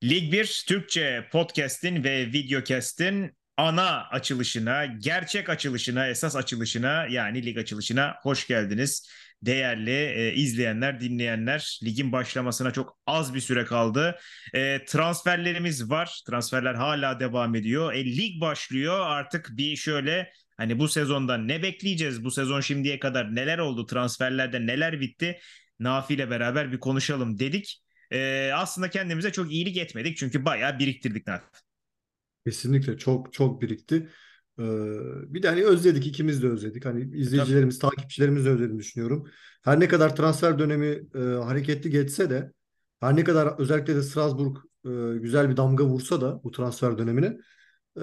Lig 1 Türkçe podcast'in ve videocast'in ana açılışına, gerçek açılışına, esas açılışına yani lig açılışına hoş geldiniz. Değerli izleyenler, dinleyenler, ligin başlamasına çok az bir süre kaldı. Transferlerimiz var. Transferler hala devam ediyor. Lig başlıyor. Artık bir şöyle hani bu sezonda ne bekleyeceğiz? Bu sezon şimdiye kadar neler oldu? Transferlerde neler bitti? Nafi ile beraber bir konuşalım dedik. Aslında kendimize çok iyilik etmedik çünkü bayağı biriktirdik Nafi. Kesinlikle çok çok birikti. Ee, Bir de hani özledik, ikimiz de özledik. Hani Tabii. izleyicilerimiz, takipçilerimiz de özlediğini düşünüyorum. Her ne kadar transfer dönemi hareketli geçse de, her ne kadar özellikle de Strasbourg güzel bir damga vursa da bu transfer dönemine e,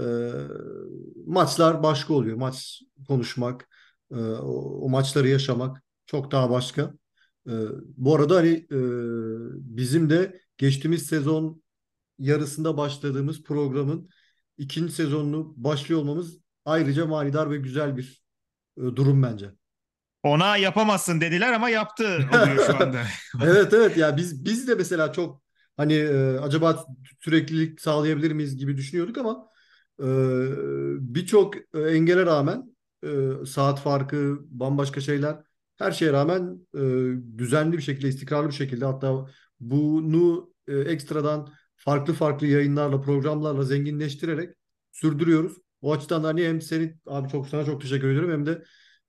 maçlar başka oluyor. Maç konuşmak, o maçları yaşamak çok daha başka. E, Bu arada hani bizim de geçtiğimiz sezon yarısında başladığımız programın ikinci sezonunu başlıyor olmamız ayrıca manidar ve güzel bir durum bence. Ona yapamazsın dediler ama yaptı oluyor şu anda. Evet, evet, ya biz de mesela çok hani acaba süreklilik sağlayabilir miyiz gibi düşünüyorduk ama e, birçok engele rağmen saat farkı, bambaşka şeyler, her şeye rağmen düzenli bir şekilde, istikrarlı bir şekilde, hatta bunu ekstradan farklı farklı yayınlarla, programlarla zenginleştirerek sürdürüyoruz. O açıdan da hani hem senin abi, çok sana çok teşekkür ediyorum, hem de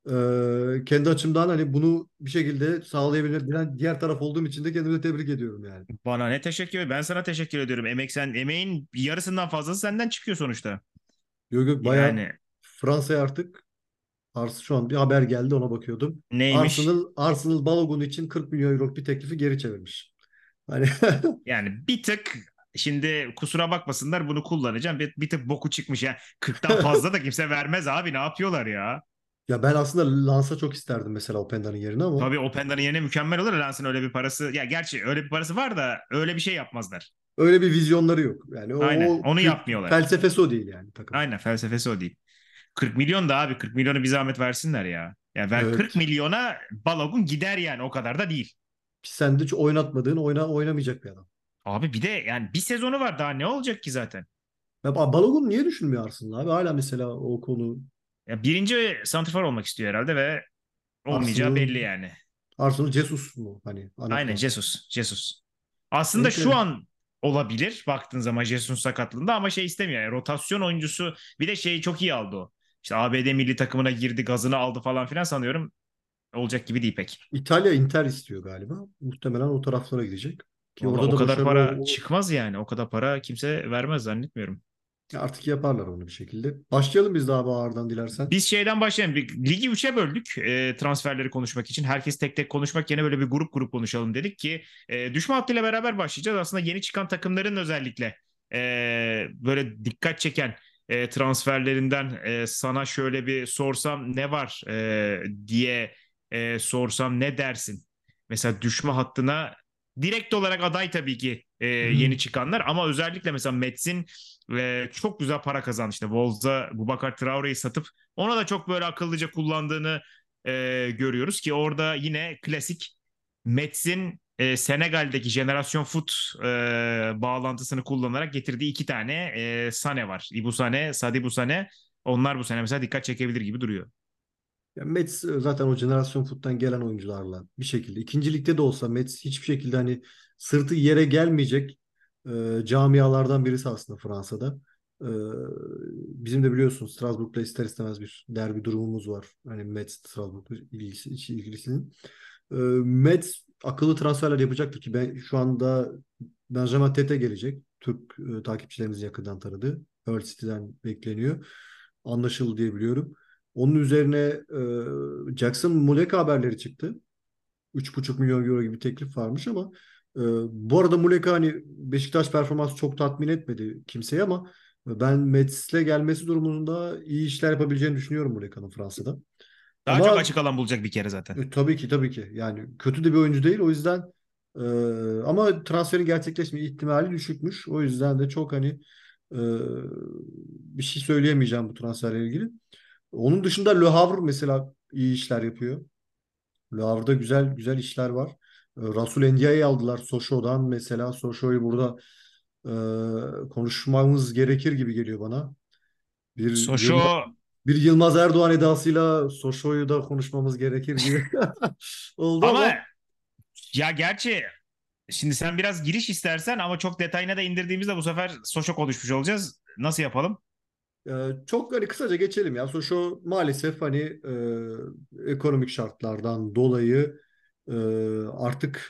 kendi açımdan hani bunu bir şekilde sağlayabilen diğer taraf olduğum için de kendimi de tebrik ediyorum yani. Bana ne teşekkür ederim. Ben sana teşekkür ediyorum. Emeğin yarısından fazlası senden çıkıyor sonuçta. Yok, yok, bayağı Yani Fransa'ya artık şu an bir haber geldi, ona bakıyordum. neymiş? Arsenal Balogun için 40 milyon euroluk bir teklifi geri çevirmiş. Hani Yani bir tık şimdi kusura bakmasınlar bunu kullanacağım. Bir tık boku çıkmış ya. 40'tan fazla da kimse vermez abi. Ne yapıyorlar ya? ya ben aslında Lans'a çok isterdim mesela Openda'nın yerine, ama Tabii Openda'nın yerine mükemmel olur. Lens'in öyle bir parası. Ya gerçi öyle bir parası var da öyle bir şey yapmazlar. öyle bir vizyonları yok. Yani Aynen. o Onu yapmıyorlar. felsefesi o değil yani takımın. Aynen felsefesi o değil. 40 milyon da abi 40 milyonu bir zahmet versinler ya. Ya ver 40 Evet. milyona Balogun gider yani o kadar da değil. Sen de hiç oynatmadığın, oynamayacak bir adam. Abi bir de yani bir sezonu var daha ne olacak ki zaten? Ya Balogun niye düşünmüyor Arsenal abi? Hala mesela o konu Ya birinci santrfor olmak istiyor herhalde ve olmayacağı Arsenal belli yani. Arsenal Jesus mu hani ana Aynen plan? Jesus. Jesus. Aslında şu Enter. an olabilir baktığın zaman Jesus sakatlığında ama şey istemiyor. Yani rotasyon oyuncusu bir de şeyi çok iyi aldı o. İşte ABD milli takımına girdi gazını aldı falan filan sanıyorum. Olacak gibi değil pek. İtalya Inter istiyor galiba. Muhtemelen o taraflara gidecek. Ki Valla orada o da kadar başarılı para çıkmaz yani. O kadar para kimse vermez zannetmiyorum. artık yaparlar onu bir şekilde. Başlayalım biz daha ağırdan dilersen. Biz şeyden başlayalım. Ligi üçe böldük transferleri konuşmak için. Herkes tek tek konuşmak yerine böyle bir grup grup konuşalım dedik ki düşme hattıyla beraber başlayacağız. Aslında yeni çıkan takımların özellikle böyle dikkat çeken transferlerinden sana şöyle bir sorsam ne var diye sorsam ne dersin? Mesela düşme hattına direkt olarak aday tabii ki yeni çıkanlar ama özellikle mesela Mets'in çok güzel para kazandı. İşte Wolves'da Boubacar Traore'yi satıp ona da çok böyle akıllıca kullandığını görüyoruz ki orada yine klasik Mets'in Senegal'deki jenerasyon foot bağlantısını kullanarak getirdiği iki tane Sane var. Ibou Sane, Sadibou Sane. Onlar bu sene mesela dikkat çekebilir gibi duruyor. Ya Mets zaten o jenerasyon futtan gelen oyuncularla bir şekilde. İkinci ligde de olsa Mets hiçbir şekilde hani sırtı yere gelmeyecek camialardan birisi aslında Fransa'da. E, Bizim de biliyorsun Strasbourg'la ister istemez bir derbi durumumuz var. Hani Metz Strasbourg ilgisi, içi ilgilisinin. Metz akıllı transferler yapacaktır ki ben şu anda Benjamin Tete gelecek. Türk takipçilerimiz yakından tanıdı. Hull City'den bekleniyor. Anlaşıldı diye biliyorum. Onun üzerine Jackson Muleka haberleri çıktı. 3,5 milyon euro gibi bir teklif varmış ama e, bu arada Muleka hani Beşiktaş performansı çok tatmin etmedi kimseyi, ama ben Mets'le gelmesi durumunda iyi işler yapabileceğini düşünüyorum Muleka'nın Fransa'da. Daha çok Ama açık alan bulacak bir kere zaten. tabii ki, tabii ki, yani kötü de bir oyuncu değil, o yüzden e, ama transferin gerçekleşme ihtimali düşükmüş. O yüzden de çok hani e, bir şey söyleyemeyeceğim bu transferle ilgili. Onun dışında Le Havre mesela iyi işler yapıyor. Le Havre'da güzel güzel işler var. Rasul Ndiaye'yi aldılar Sochaux'dan mesela. Sochaux'u burada konuşmamız gerekir gibi geliyor bana. Bir Yılmaz, Soşo bir Yılmaz Erdoğan edasıyla Soşo'yu da konuşmamız gerekir gibi oldu ama ama ya gerçi şimdi sen biraz giriş istersen ama çok detayına da indirdiğimizde bu sefer Soşo konuşmuş olacağız. Nasıl yapalım? çok hani kısaca geçelim ya. Soşo maalesef hani ekonomik şartlardan dolayı e, artık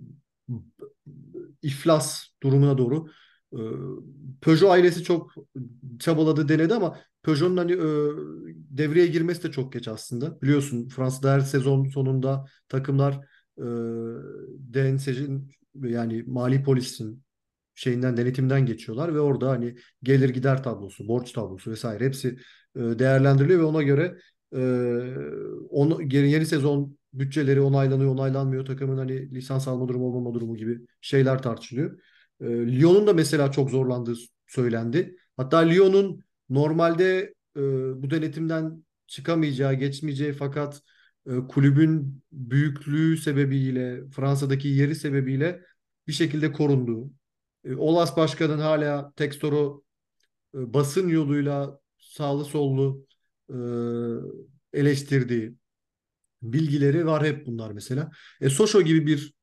iflas durumuna doğru e, Peugeot ailesi çok çabaladı denedi ama Peugeot'un hani devreye girmesi de çok geç aslında. Biliyorsun Fransa'da her sezon sonunda takımlar e, DNS'in yani mali polisin şeyinden denetimden geçiyorlar ve orada hani gelir gider tablosu, borç tablosu vesaire hepsi değerlendiriliyor ve ona göre e, yeni sezon bütçeleri onaylanıyor, onaylanmıyor. Takımın hani lisans alma durumu, olmama durumu gibi şeyler tartışılıyor. Lyon'un da mesela çok zorlandığı söylendi. Hatta Lyon'un normalde bu denetimden çıkamayacağı, geçmeyeceği fakat kulübün büyüklüğü sebebiyle, Fransa'daki yeri sebebiyle bir şekilde korunduğu, Olas Başkan'ın hala Textor'u basın yoluyla sağlı sollu eleştirdiği bilgileri var hep bunlar mesela. Soşo gibi bir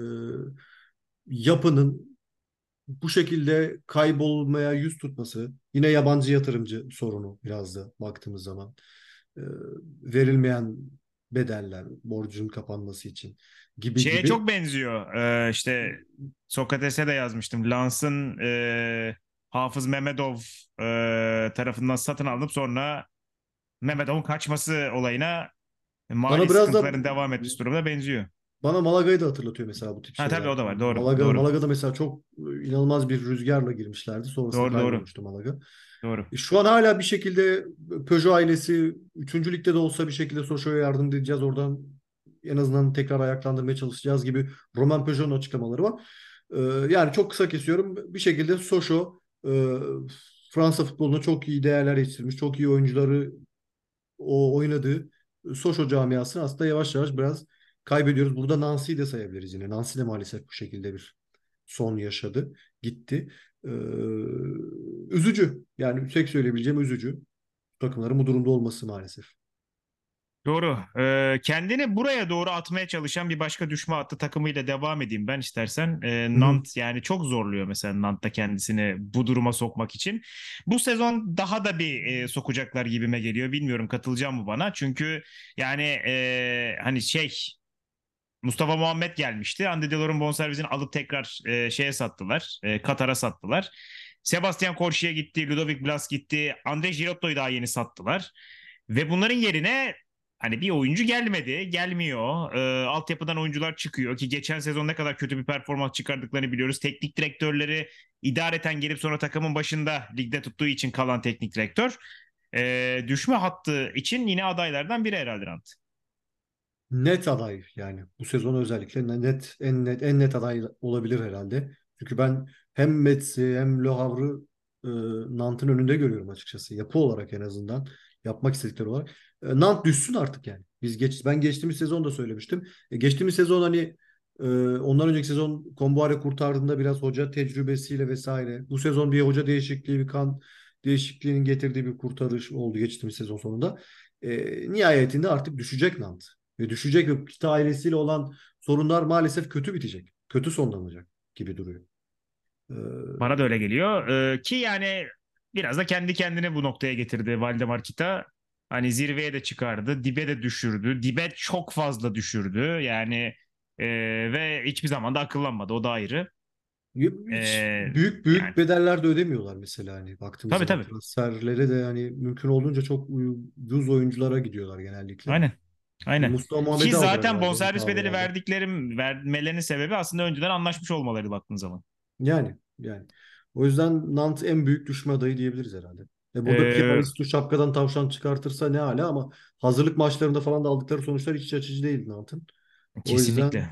yapının bu şekilde kaybolmaya yüz tutması yine yabancı yatırımcı sorunu biraz da baktığımız zaman e, verilmeyen bedeller borcun kapanması için gibi Şeye gibi. çok benziyor. İşte Sokrates'e de yazmıştım. Lans'ın Hafız Mehmedov tarafından satın alınıp sonra Mehmedov'un kaçması olayına Bana mali biraz da sıkıntıların devam etmesi durumuna benziyor. Bana Malaga'yı da hatırlatıyor mesela bu tip Ha tabii şeyler. o da var. Doğru. Doğru. Malaga'da mesela çok inanılmaz bir rüzgarla girmişlerdi. Sonrasında Doğru doğru. kaybolmuştu Malaga. Doğru. Şu an hala bir şekilde Peugeot ailesi 3. ligde de olsa bir şekilde Soşo'ya yardım edeceğiz. Oradan en azından tekrar ayaklandırmaya çalışacağız gibi Roman Peugeot'un açıklamaları var. Yani çok kısa kesiyorum. Bir şekilde Soşo Fransa futboluna çok iyi değerler yetiştirmiş. Çok iyi oyuncuları oynadığı Soşo camiasını aslında yavaş yavaş biraz kaybediyoruz. Burada Nancy'yi de sayabiliriz yine. Nancy de maalesef bu şekilde bir son yaşadı. Gitti. Ee, üzücü. Yani tek söyleyebileceğim üzücü. Takımların bu durumda olması maalesef. Doğru. Kendini buraya doğru atmaya çalışan bir başka düşme hattı takımıyla devam edeyim ben istersen. Hı hı. Nant yani çok zorluyor mesela Nant'ta kendisini bu duruma sokmak için. Bu sezon daha da bir sokacaklar gibime geliyor. Bilmiyorum katılacağım mı bana? Çünkü yani hani şey Mustafa Muhammed gelmişti. Ande Delor'un bonservisini alıp tekrar şeye sattılar. Katar'a sattılar. Sebastian Korşi'ye gitti. Ludovic Blas gitti. Andre Girotto'yu daha yeni sattılar. Ve bunların yerine hani bir oyuncu gelmedi. Gelmiyor. Altyapıdan oyuncular çıkıyor ki geçen sezon ne kadar kötü bir performans çıkardıklarını biliyoruz. Teknik direktörleri idareten gelip sonra takımın başında ligde tuttuğu için kalan teknik direktör. Düşme hattı için yine adaylardan biri herhalde Rant. Net aday yani bu sezon özellikle en net aday olabilir herhalde. Çünkü ben hem Mets'i hem Le Havre'ı Nant'ın önünde görüyorum açıkçası. Yapı olarak en azından yapmak istedikleri olarak. Nant düşsün artık yani. Ben geçtiğimiz sezon da söylemiştim. Geçtiğimiz sezon hani ondan önceki sezon Komboare kurtardığında biraz hoca tecrübesiyle vesaire. Bu sezon bir hoca değişikliği, bir kan değişikliğinin getirdiği bir kurtarış oldu geçtiğimiz sezon sonunda. Nihayetinde artık düşecek Nant. Ve düşecek ve Pite ailesiyle olan sorunlar maalesef kötü bitecek. Kötü sonlanacak gibi duruyor. Ee, Bana da öyle geliyor. Ki yani biraz da kendi kendine bu noktaya getirdi Valdemar Kita. Hani zirveye de çıkardı, dibe de düşürdü. Dibe çok fazla düşürdü. Yani e, ve hiçbir zaman da akıllanmadı. O da ayrı. hiç E, büyük yani büyük bedeller de ödemiyorlar mesela hani baktığımız tabii zaman tabii. transferlere de yani mümkün olduğunca çok ucuz oyunculara gidiyorlar genellikle. Aynen. Aynen. Mustafa Ki Muhammed'i aldılar zaten herhalde en bonservis pahalı bedeli herhalde. vermelerinin sebebi aslında önceden anlaşmış olmaları baktığın zaman. Yani. O yüzden Nantes en büyük düşme adayı diyebiliriz herhalde. Burada E, Piyanist şapkadan tavşan çıkartırsa ne hala ama hazırlık maçlarında falan da aldıkları sonuçlar hiç iç açıcı değil Nantes'ın. O yüzden kesinlikle.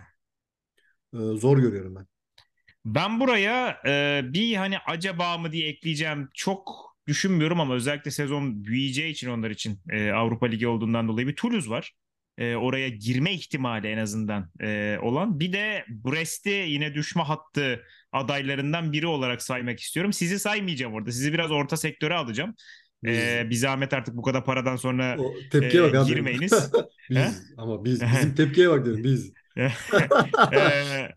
zor görüyorum ben. Ben buraya bir hani acaba mı diye ekleyeceğim çok düşünmüyorum ama özellikle sezon büyüyeceği için onlar için Avrupa Ligi olduğundan dolayı bir Toulouse var. oraya girme ihtimali en azından olan. Bir de Brest'i yine düşme hattı adaylarından biri olarak saymak istiyorum. Sizi saymayacağım orada. Sizi biraz orta sektöre alacağım. Biz Bir zahmet artık bu kadar paradan sonra o tepkiye bak abi benim. girmeyiniz. He? Biz bizim tepkiye bak dedim biz. Ee,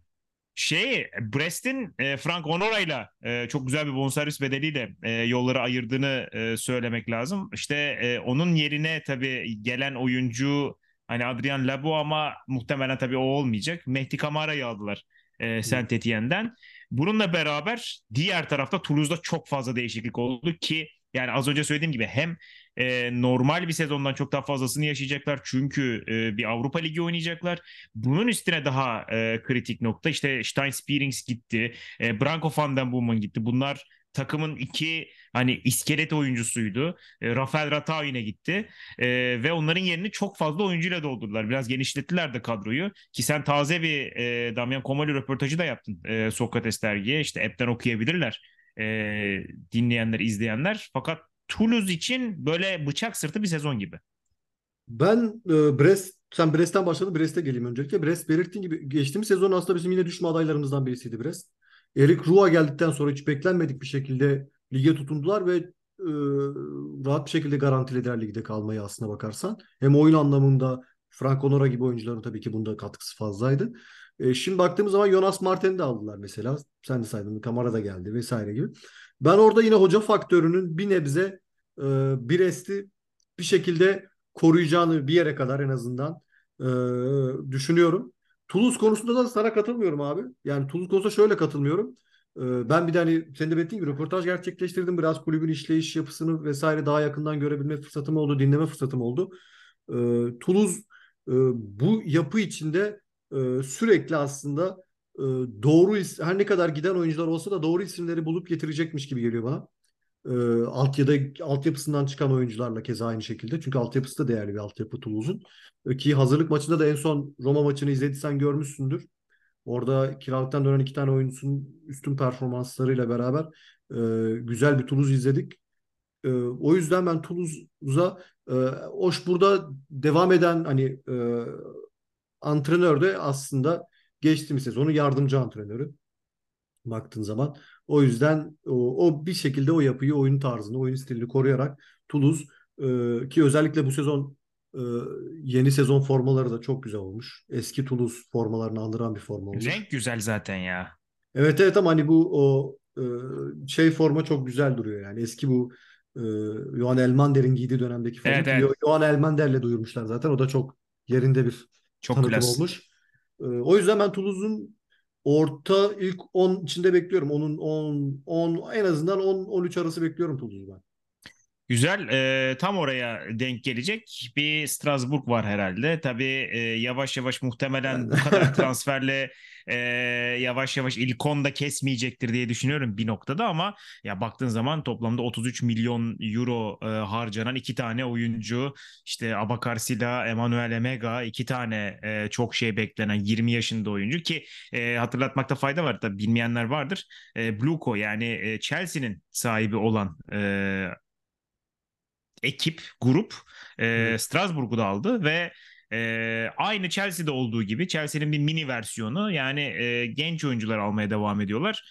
Brest'in Frank Honora'yla çok güzel bir bonservis bedeliyle yolları ayırdığını söylemek lazım. İşte onun yerine tabii gelen oyuncu hani Adrian Labo ama muhtemelen tabii o olmayacak. Mehdi Camara'yı aldılar Saint Etienne'den. Bununla beraber diğer tarafta Toulouse'da çok fazla değişiklik oldu ki yani az önce söylediğim gibi hem normal bir sezondan çok daha fazlasını yaşayacaklar çünkü bir Avrupa Ligi oynayacaklar. Bunun üstüne daha kritik nokta işte Stein Spierings gitti, Branko van den Boomen gitti. Bunlar takımın iki hani iskelet oyuncusuydu. Rafael Ratao yine gitti. Ve onların yerini çok fazla oyuncuyla doldurdular. Biraz genişlettiler de kadroyu. Ki sen taze bir Damian Comolli röportajı da yaptın Sokrates dergiye. İşte app'ten okuyabilirler dinleyenler, izleyenler. Fakat Toulouse için böyle bıçak sırtı bir sezon gibi. Ben sen Brest'ten başladın. Brest'e geleyim öncelikle. Brest belirttiğin gibi geçtiğimiz sezon aslında bizim yine düşme adaylarımızdan birisiydi Brest. Eric Roy geldikten sonra hiç beklenmedik bir şekilde lige tutundular ve rahat bir şekilde garantilediler ligde kalmayı aslına bakarsan. Hem oyun anlamında Frank Onora gibi oyuncuların tabii ki bunda katkısı fazlaydı. Şimdi baktığımız zaman Jonas Marten'i de aldılar mesela. Sen de saydın, Kamara da geldi vesaire gibi. Ben orada yine hoca faktörünün bir nebze Brest'i bir şekilde koruyacağını bir yere kadar en azından düşünüyorum. Toulouse konusunda da sana katılmıyorum abi. Yani Toulouse konusunda şöyle katılmıyorum. Ben bir de hani senin de belirttiğin gibi röportaj gerçekleştirdim. Biraz kulübün işleyiş yapısını vesaire daha yakından görebilme fırsatım oldu, dinleme fırsatım oldu. Toulouse bu yapı içinde sürekli aslında doğru her ne kadar giden oyuncular olsa da doğru isimleri bulup getirecekmiş gibi geliyor bana. Altyapısından çıkan oyuncularla keza aynı şekilde. Çünkü altyapısı da değerli bir altyapı Toulouse'un. Ki hazırlık maçında da en son Roma maçını izlediysen görmüşsündür. Orada kiralıktan dönen iki tane oyuncusunun üstün performanslarıyla beraber güzel bir Toulouse izledik. O yüzden ben Toulouse'a hoş burada devam eden hani antrenör de aslında geçtiğimiz sezonun yardımcı antrenörü baktığın zaman. O yüzden o bir şekilde o yapıyı, oyun tarzını, oyun stilini koruyarak Toulouse ki özellikle bu sezon e, yeni sezon formaları da çok güzel olmuş. Eski Toulouse formalarını andıran bir forma olmuş. Renk güzel zaten ya. Evet evet ama hani bu şey forma çok güzel duruyor yani. Eski bu e, Johan Elmander'in giydiği dönemdeki forma Evet ki evet. Johan Elmander'le duyurmuşlar zaten. O da çok yerinde bir Çok tanıtım klas. olmuş. O yüzden ben Toulouse'un orta ilk 10 içinde bekliyorum. Onun 10 en azından 10-13 arası bekliyorum Toulouse'u Güzel. Tam oraya denk gelecek bir Strasbourg var herhalde. Tabii yavaş yavaş muhtemelen ben. bu kadar transferle e, yavaş yavaş ilk 10'da kesmeyecektir diye düşünüyorum bir noktada ama ya baktığın zaman toplamda 33 milyon euro harcanan iki tane oyuncu işte Abakar Sila, Emmanuel Emega iki tane çok şey beklenen 20 yaşında oyuncu ki hatırlatmakta fayda var tabii bilmeyenler vardır. Bluko yani Chelsea'nin sahibi olan ekip, grup Evet. Strasbourg'u da aldı ve aynı Chelsea'de olduğu gibi Chelsea'nin bir mini versiyonu yani genç oyuncular almaya devam ediyorlar.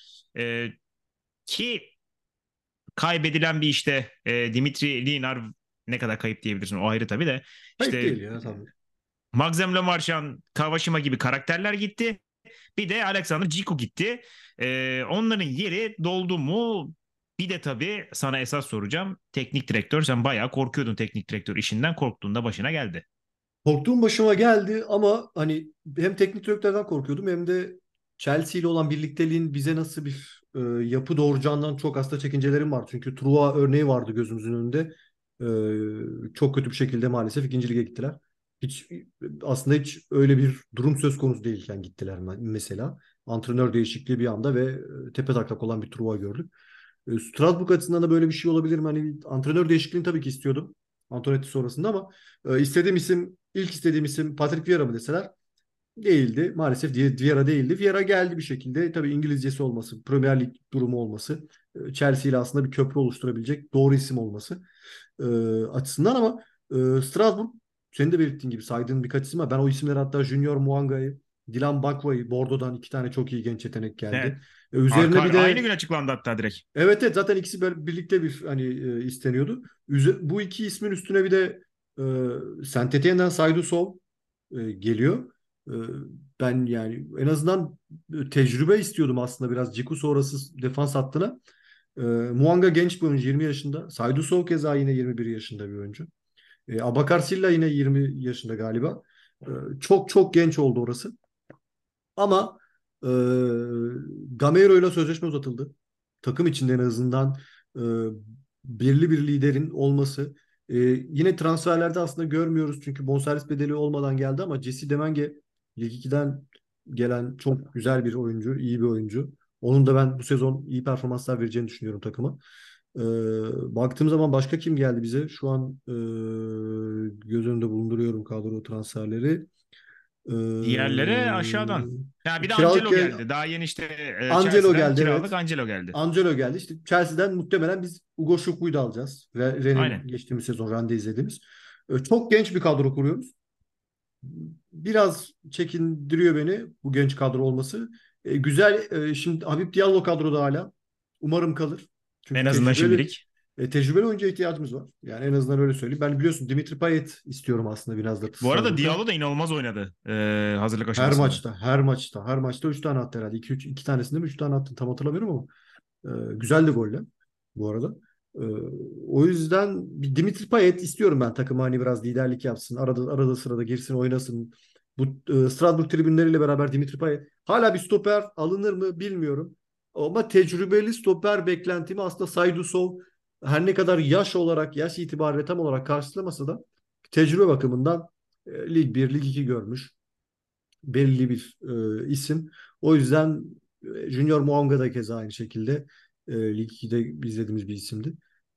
Ki kaybedilen bir işte Dimitri Linar ne kadar kayıp diyebilirsin o ayrı tabii de Kayıp işte değil ya tabii. Maxim Le Marchand, Kawashima gibi karakterler gitti. Bir de Alexander Ciku gitti. Onların yeri doldu mu? Bir de tabii sana esas soracağım. Teknik direktör sen bayağı korkuyordun teknik direktör işinden korktuğunda başına geldi. Korktuğum başıma geldi ama hani hem teknik direktörden korkuyordum hem de Chelsea ile olan birlikteliğin bize nasıl bir yapı doğuracağından çok aslında çekincelerim var. Çünkü Truva örneği vardı gözümüzün önünde. Çok kötü bir şekilde maalesef ikinci lige gittiler. Hiç aslında hiç öyle bir durum söz konusu değilken gittiler mesela. Antrenör değişikliği bir anda ve tepetaklak olan bir Truva gördük. Strasbourg açısından da böyle bir şey olabilir mi? Hani antrenör değişikliğini tabii ki istiyordum. Antonetti sonrasında ama ilk istediğim isim Patrick Vieira mı deseler değildi. Maalesef Vieira değildi. Vieira geldi bir şekilde. Tabii İngilizcesi olması, Premier Lig durumu olması, Chelsea ile aslında bir köprü oluşturabilecek doğru isim olması açısından ama Strasbourg senin de belirttiğin gibi saydığın birkaç isim var. Ben o isimleri, hatta Junior Muanga'yı, Dilan Bakwa'yı, Bordeaux'dan iki tane çok iyi genç yetenek Evet. geldi. Arka Üzerine bir aynı de gün açıklandı hatta direkt. evet, evet, zaten ikisi böyle birlikte bir hani isteniyordu. Bu iki ismin üstüne bir de Saint Etienne'den Seydou Sow geliyor. E, Ben yani en azından tecrübe istiyordum aslında biraz Ciku sonrası defans hattına. Muanga genç bir oyuncu, 20 yaşında. Seydou Sow keza yine 21 yaşında bir oyuncu. Abakar Silla yine 20 yaşında galiba. Çok çok genç oldu orası. Ama e, Gamero ile sözleşme uzatıldı. Takım içinde en azından e, belirli bir liderin olması. Yine transferlerde aslında görmüyoruz çünkü bonservis bedeli olmadan geldi, ama Jesse Demenge Lig 2'den gelen çok güzel bir oyuncu, iyi bir oyuncu. Onun da ben bu sezon iyi performanslar vereceğini düşünüyorum takıma. Ee, Baktığım zaman başka kim geldi bize? Şu an göz önünde bulunduruyorum kadro transferleri. Diğerleri aşağıdan. Ya bir de Kiralık Angelo geldi. Daha yeni işte Angelo Chelsea'den geldi, kiralık evet. Angelo geldi. Angelo geldi. İşte Chelsea'den muhtemelen biz Ugo Şuklu'yu da alacağız. Rennes'in Aynen. geçtiğimiz sezon Rennes'de izlediğimiz. Çok genç bir kadro kuruyoruz. Biraz çekindiriyor beni bu genç kadro olması. Güzel. Şimdi Habib Diallo kadroda hala. Umarım kalır. En Çünkü azından şimdilik. tecrübeli oyuncuya ihtiyacımız var. Yani en azından öyle söyleyeyim. Ben biliyorsun Dimitri Payet istiyorum aslında biraz da Bu arada Strasbourg'da. Diallo da inanılmaz oynadı hazırlık Her aşamasında. maçta, her maçta 3 tane attı herhalde. 2 tanesinde mi 3 tane attı tam hatırlamıyorum ama güzel de goller bu arada. E, O yüzden bir Dimitri Payet istiyorum ben, takıma hani biraz liderlik yapsın. Arada sırada girsin, oynasın. Bu Strasbourg tribünleriyle beraber Dimitri Payet. Hala bir stoper alınır mı bilmiyorum. Ama tecrübeli stoper beklentimi aslında Seydou Sow, her ne kadar yaş itibariyle tam olarak karşılamasa da tecrübe bakımından Lig 1, Lig 2 görmüş belli bir isim. O yüzden Junior Muanga da keza aynı şekilde Lig 2'de izlediğimiz bir isimdi.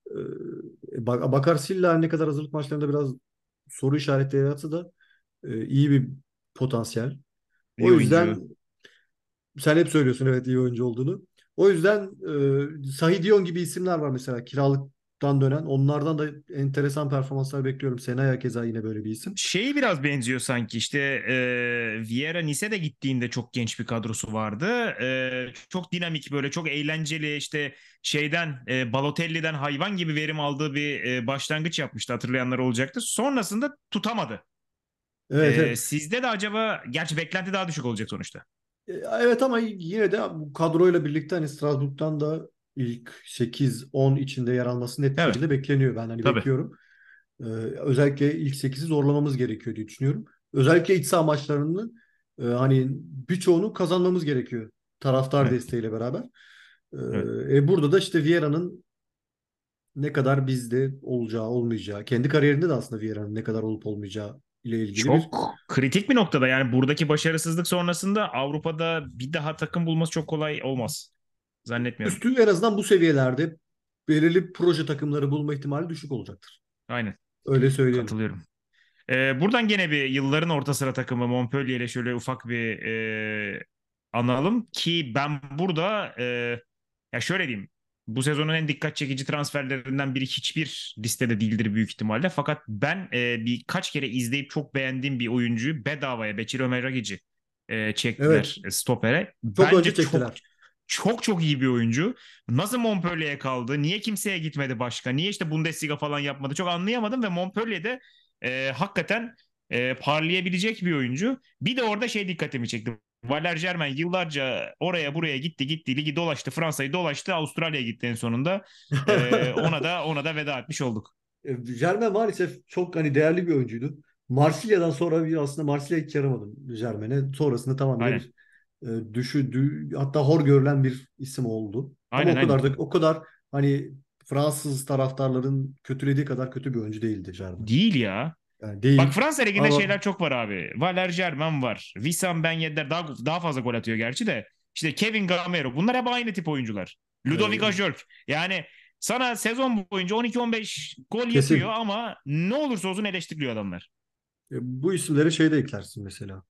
Bakar Silla ne kadar hazırlık maçlarında biraz soru işaretleri yaratsa da iyi bir potansiyel. İyi O oyuncu. yüzden sen hep söylüyorsun evet iyi oyuncu olduğunu. O yüzden Sahidion gibi isimler var mesela kiralıktan dönen. Onlardan da enteresan performanslar bekliyorum. Senaya keza yine böyle bir isim. Şeyi biraz benziyor sanki işte Vieira Nice'e de gittiğinde çok genç bir kadrosu vardı. Çok dinamik böyle çok eğlenceli işte şeyden Balotelli'den hayvan gibi verim aldığı bir başlangıç yapmıştı hatırlayanlar olacaktı. Sonrasında tutamadı. Evet, evet. Sizde de acaba gerçi beklenti daha düşük olacak sonuçta. Evet, ama yine de bu kadroyla birlikte hani Strasbourg'dan da ilk 8-10 içinde yer alması net bir Tabii şekilde bekleniyor. Ben hani tabii. bekliyorum. Özellikle ilk 8'i zorlamamız gerekiyor diye düşünüyorum. Özellikle iç saha maçlarının hani birçoğunu kazanmamız gerekiyor. Taraftar Evet, desteğiyle beraber. evet. Burada da işte Vieira'nın ne kadar bizde olacağı olmayacağı, kendi kariyerinde de aslında Vieira'nın ne kadar olup olmayacağı ile ilgili bir Çok kritik bir noktada yani buradaki başarısızlık sonrasında Avrupa'da bir daha takım bulması çok kolay olmaz. Zannetmiyorum. üstü en azından bu seviyelerde belirli proje takımları bulma ihtimali düşük olacaktır. Aynen. Öyle söyleyelim. Katılıyorum. Buradan gene bir yılların orta sıra takımı Montpellier ile şöyle ufak bir analım ki ben burada ya şöyle diyeyim. Bu sezonun en dikkat çekici transferlerinden biri hiçbir listede değildir büyük ihtimalle. Fakat ben birkaç kere izleyip çok beğendiğim bir oyuncuyu bedavaya Becir Ömer Ragici Evet, çektiler stopere. çok önce Bence çok çektiler. çok çok iyi bir oyuncu. Nasıl Montpellier'e kaldı? Niye kimseye gitmedi başka? Niye işte Bundesliga falan yapmadı? Çok anlayamadım ve Montpellier'de hakikaten parlayabilecek bir oyuncu. Bir de orada şey dikkatimi çekti. Valère Germain yıllarca oraya buraya gitti ligi dolaştı Fransa'yı dolaştı Avustralya'ya gitti en sonunda. Ona da veda etmiş olduk. Germain maalesef çok hani değerli bir oyuncuydu. Marsilya'dan sonra bir aslında Marsilya hiç yaramadı Germain'e. Sonrasında tamamıyla Aynen. bir hatta hor görülen bir isim oldu. Ama Aynen aynen. o kadar hani Fransız taraftarların kötülediği kadar kötü bir oyuncu değildi Germain. Değil ya. Yani Bak değil Fransa Ligi'nde ama şeyler çok var abi. Valère Germain var. Wissam Ben Yedder daha fazla gol atıyor gerçi de. İşte Kevin Gamero. Bunlar hep aynı tip oyuncular. Ludovic e, Ajorc. Yani sana sezon boyunca 12-15 gol yapıyor kesin. ama ne olursa olsun eleştiriliyor adamlar. Bu isimleri şeyde eklersin mesela.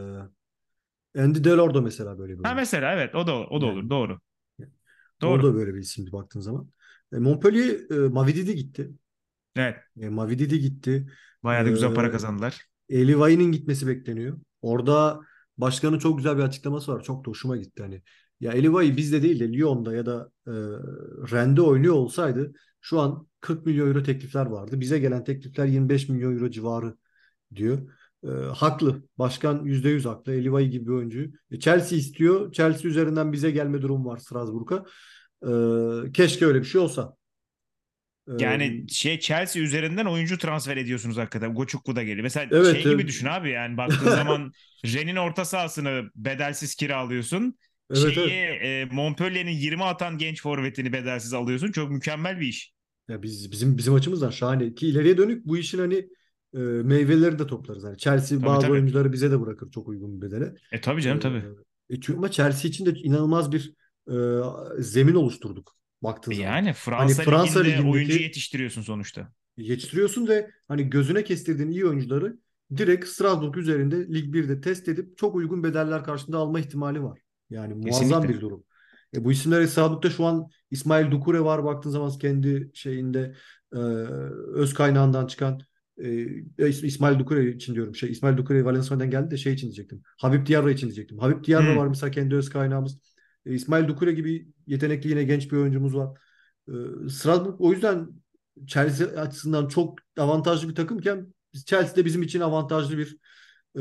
Andy Delordo mesela böyle bir Ha oyuncu. mesela evet o da olur. Yani Doğru. o Doğru. da böyle bir isimdi baktığın zaman. Montpellier Mavididi gitti. Evet. Mavidi gitti. E, Bayağı da güzel para kazandılar. Elivayi'nin gitmesi bekleniyor. Orada başkanın çok güzel bir açıklaması var. Çok da hoşuma gitti. Hani ya Elivayi bizde değil de Lyon'da ya da Rennes'de oynuyor olsaydı şu an 40 milyon euro teklifler vardı. Bize gelen teklifler 25 milyon euro civarı diyor. Haklı. Başkan %100 haklı. Elivayi gibi bir oyuncuyu. Chelsea istiyor. Chelsea üzerinden bize gelme durumu var Strasbourg'a. Keşke öyle bir şey olsa. Yani E, şey, Chelsea üzerinden oyuncu transfer ediyorsunuz hakikaten. Goçukwu da geliyor. Mesela evet. şey gibi düşün abi, yani baktığın zaman Rennes'in orta sahasını bedelsiz kiralıyorsun. Evet, evet. Montpellier'in 20 atan genç forvetini bedelsiz alıyorsun. Çok mükemmel bir iş. Ya bizim açımızdan şahane ki ileriye dönük bu işin hani meyveleri de toplarız. Hani Chelsea Tabii bazı tabii. oyuncuları bize de bırakır çok uygun bir bedele. Tabii E, canım, tabii. ama Chelsea için de inanılmaz bir zemin oluşturduk baktığın zaman. Yani Hani Fransa Fransa Ligi'nde oyuncu Ligi'ndeki yetiştiriyorsun sonuçta. yetiştiriyorsun ve hani gözüne kestirdiğin iyi oyuncuları direkt Strasbourg üzerinde Lig 1'de test edip çok uygun bedeller karşılığında alma ihtimali var. Yani muazzam Kesinlikle. bir durum. Bu isimler Strasbourg'da şu an İsmail Doucouré var baktığın zaman kendi şeyinde öz kaynağından çıkan İsmail Doucouré için diyorum. İsmail Doucouré Valencia'dan geldi de şey için diyecektim. Habib Diarra için diyecektim. Habib Diarra Hmm. var mesela kendi öz kaynağımız. İsmail Doucouré gibi yetenekli yine genç bir oyuncumuz var. Strasbourg o yüzden Chelsea açısından çok avantajlı bir takımken Chelsea de bizim için avantajlı bir e,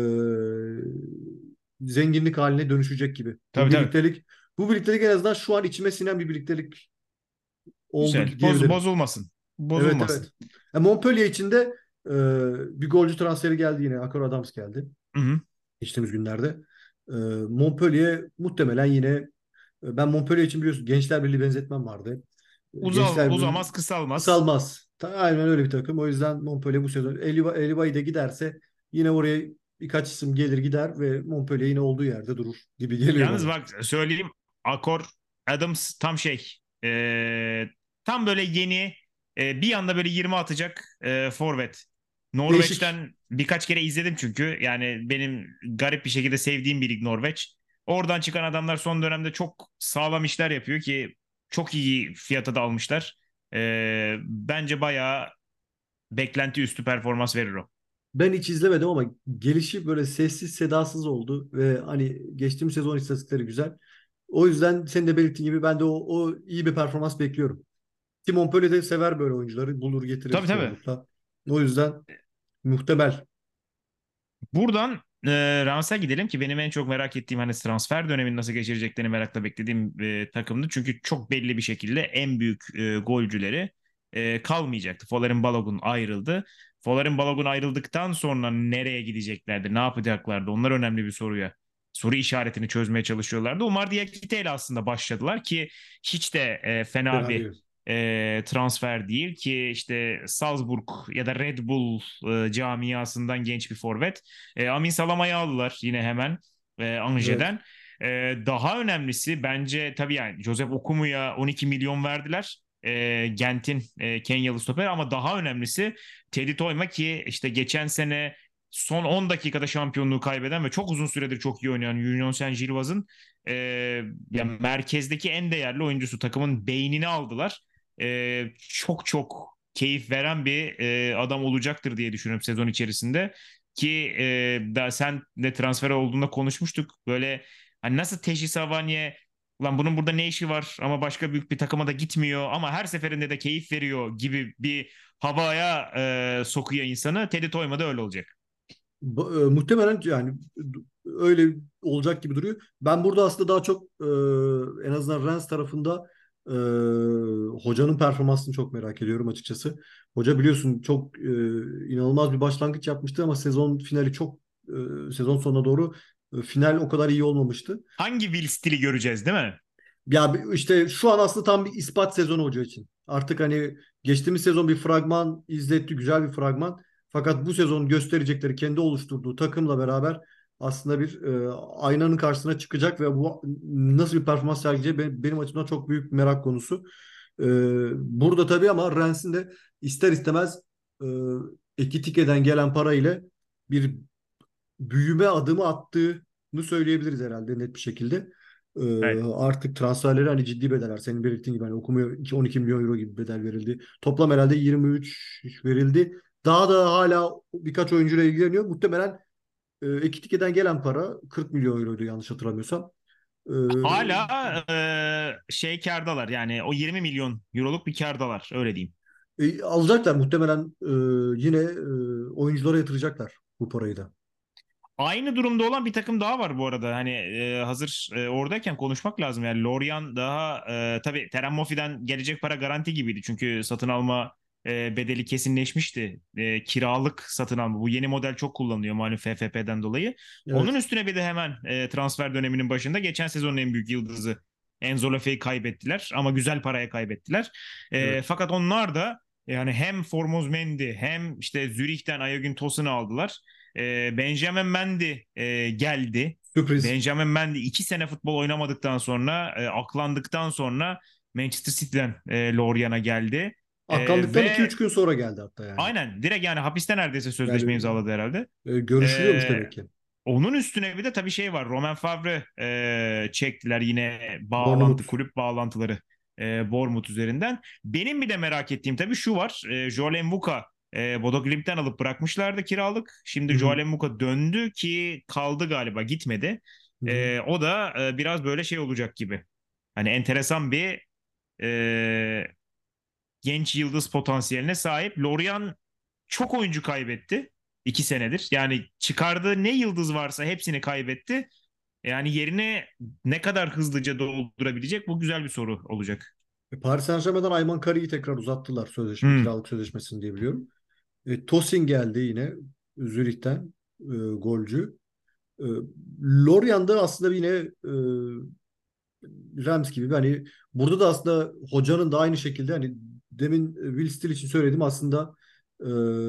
zenginlik haline dönüşecek gibi. Tabii tabii. Bu birliktelik en azından şu an içime sinen bir birliktelik oldu Güzel. diyebilirim. Bozulmasın. Evet, Bozulmasın. evet. Montpellier için de bir golcü transferi geldi yine. Akor Adams geldi Hı hı. geçtiğimiz günlerde. E, Montpellier muhtemelen yine ben Montpellier için biliyorsun Gençler Birliği benzetmem vardı. Gençler Birliği Uzamaz, kısalmaz. kısalmaz. Aynen öyle bir takım. O yüzden Montpellier bu sezon Elibayi de giderse yine oraya birkaç isim gelir gider ve Montpellier yine olduğu yerde durur gibi geliyor Yalnız bana. bak söyleyeyim, Akor Adams tam tam böyle yeni, bir anda böyle 20 atacak forvet. Değişik. Norveç'ten birkaç kere izledim çünkü. Yani benim garip bir şekilde sevdiğim bir lig Norveç. Oradan çıkan adamlar son dönemde çok sağlam işler yapıyor ki çok iyi fiyata da almışlar. Bence bayağı beklenti üstü performans verir o. Ben hiç izlemedim ama gelişi böyle sessiz sedasız oldu ve hani geçtiğimiz sezon istatistikleri güzel. O yüzden senin de belirttiğin gibi ben de o iyi bir performans bekliyorum. Ki Montpellier de sever böyle oyuncuları. Bulur getirir Tabii tabii. çoğunlukla. O yüzden muhtemel. Buradan Rams'e gidelim ki benim en çok merak ettiğim, hani transfer dönemini nasıl geçireceklerini merakla beklediğim takımdı. Çünkü çok belli bir şekilde en büyük golcüleri kalmayacaktı. Folarin Balogun ayrıldı. Folarin Balogun ayrıldıktan sonra nereye gideceklerdi, ne yapacaklardı? Onlar önemli bir soru işaretini çözmeye çalışıyorlardı. Umar Diakite ile aslında başladılar ki hiç de fena Fena bir değil. transfer değil ki, işte Salzburg ya da Red Bull camiasından genç bir forvet. Amin Salama'yı aldılar yine hemen Evet. Angers. Daha önemlisi bence tabii, yani Joseph Okumu'ya 12 milyon verdiler. Gent'in Kenyalı stoper, ama daha önemlisi Teddy Toyma ki işte geçen sene son 10 dakikada şampiyonluğu kaybeden ve çok uzun süredir çok iyi oynayan Union Saint-Gilloise'ın e, yani merkezdeki en değerli oyuncusu, takımın beynini aldılar. Çok çok keyif veren bir adam olacaktır diye düşünüyorum sezon içerisinde. Ki daha sen de transfer olduğunda konuşmuştuk. Böyle hani nasıl Teji Savanier, ulan bunun burada ne işi var ama başka büyük bir takıma da gitmiyor ama her seferinde de keyif veriyor gibi bir havaya sokuyor insanı. Teddy Toyma da öyle olacak. Muhtemelen yani öyle olacak gibi duruyor. Ben burada aslında daha çok en azından Rennes tarafında e, hocanın performansını çok merak ediyorum açıkçası. Hoca biliyorsun çok inanılmaz bir başlangıç yapmıştı ama sezon finali sezon sonuna doğru final o kadar iyi olmamıştı. Hangi Will stili göreceğiz, değil mi? Ya işte şu an aslında tam bir ispat sezonu hoca için. Artık hani geçtiğimiz sezon bir fragman izletti, güzel bir fragman. Fakat bu sezon gösterecekleri kendi oluşturduğu takımla beraber aslında bir aynanın karşısına çıkacak ve bu nasıl bir performans sergileyeceği benim açımdan çok büyük bir merak konusu. E, Burada tabii ama Rennes'in de ister istemez e, Ekitike'den gelen para ile bir büyüme adımı attığını söyleyebiliriz herhalde net bir şekilde. Evet. Artık transferleri hani ciddi bedeller. Senin belirttiğin gibi hani okumuyor 12 milyon euro gibi bedel verildi. Toplam herhalde 23 verildi. Daha da hala birkaç oyuncuyla ilgileniyor. Muhtemelen Ekitike'den gelen para 40 milyon euroydu yanlış hatırlamıyorsam. E, Hala şey kârdalar, yani o 20 milyon euroluk bir kârdalar, öyle diyeyim. Alacaklar muhtemelen, yine oyunculara yatıracaklar bu parayı da. Aynı durumda olan bir takım daha var bu arada. Hani hazır oradayken konuşmak lazım. Yani Lorient daha tabii Terem Moffi'den gelecek para garanti gibiydi. Çünkü satın alma bedeli kesinleşmişti. Kiralık satın alma. Bu yeni model çok kullanılıyor malum FFP'den dolayı. Onun Evet. üstüne bir de hemen transfer döneminin başında geçen sezonun en büyük yıldızı Enzo Lafey'i kaybettiler. Ama güzel paraya kaybettiler. Evet. Fakat onlar da yani hem Formos Mendy hem işte Zürih'ten Aygün Tosun'u aldılar. Benjamin Mendy geldi. Sürpriz. Benjamin Mendy 2 sene futbol oynamadıktan sonra aklandıktan sonra Manchester City'den Lorient'a geldi. Aklandıktan iki Ve üç gün sonra geldi hatta yani. aynen direkt yani hapiste neredeyse sözleşme Yani imzaladı herhalde. görüşülüyormuş E, demek ki. Onun üstüne bir de tabii şey var. Romain Favre çektiler yine bağlantı, Bournemouth. kulüp bağlantıları Bournemouth üzerinden. Benim bir de merak ettiğim tabii şu var. Joel Embuka Bodo Glimt'ten alıp bırakmışlardı kiralık. Hı Şimdi hı. Joel Embuka döndü ki kaldı galiba, gitmedi. Hı hı. O da biraz böyle şey olacak gibi. Hani enteresan bir e, genç yıldız potansiyeline sahip. Lorient çok oyuncu kaybetti 2 senedir. Yani çıkardığı ne yıldız varsa hepsini kaybetti. Yani yerine ne kadar hızlıca doldurabilecek, bu güzel bir soru olacak. Paris Saint-Germain'den Ayman Kari'yi tekrar uzattılar Hmm. kiralık sözleşmesini diye biliyorum. Tosin geldi yine Zürih'ten, golcü. E, Lorient'da aslında yine Rams gibi hani burada da aslında hocanın da aynı şekilde hani demin Will Steele için söyledim aslında, e,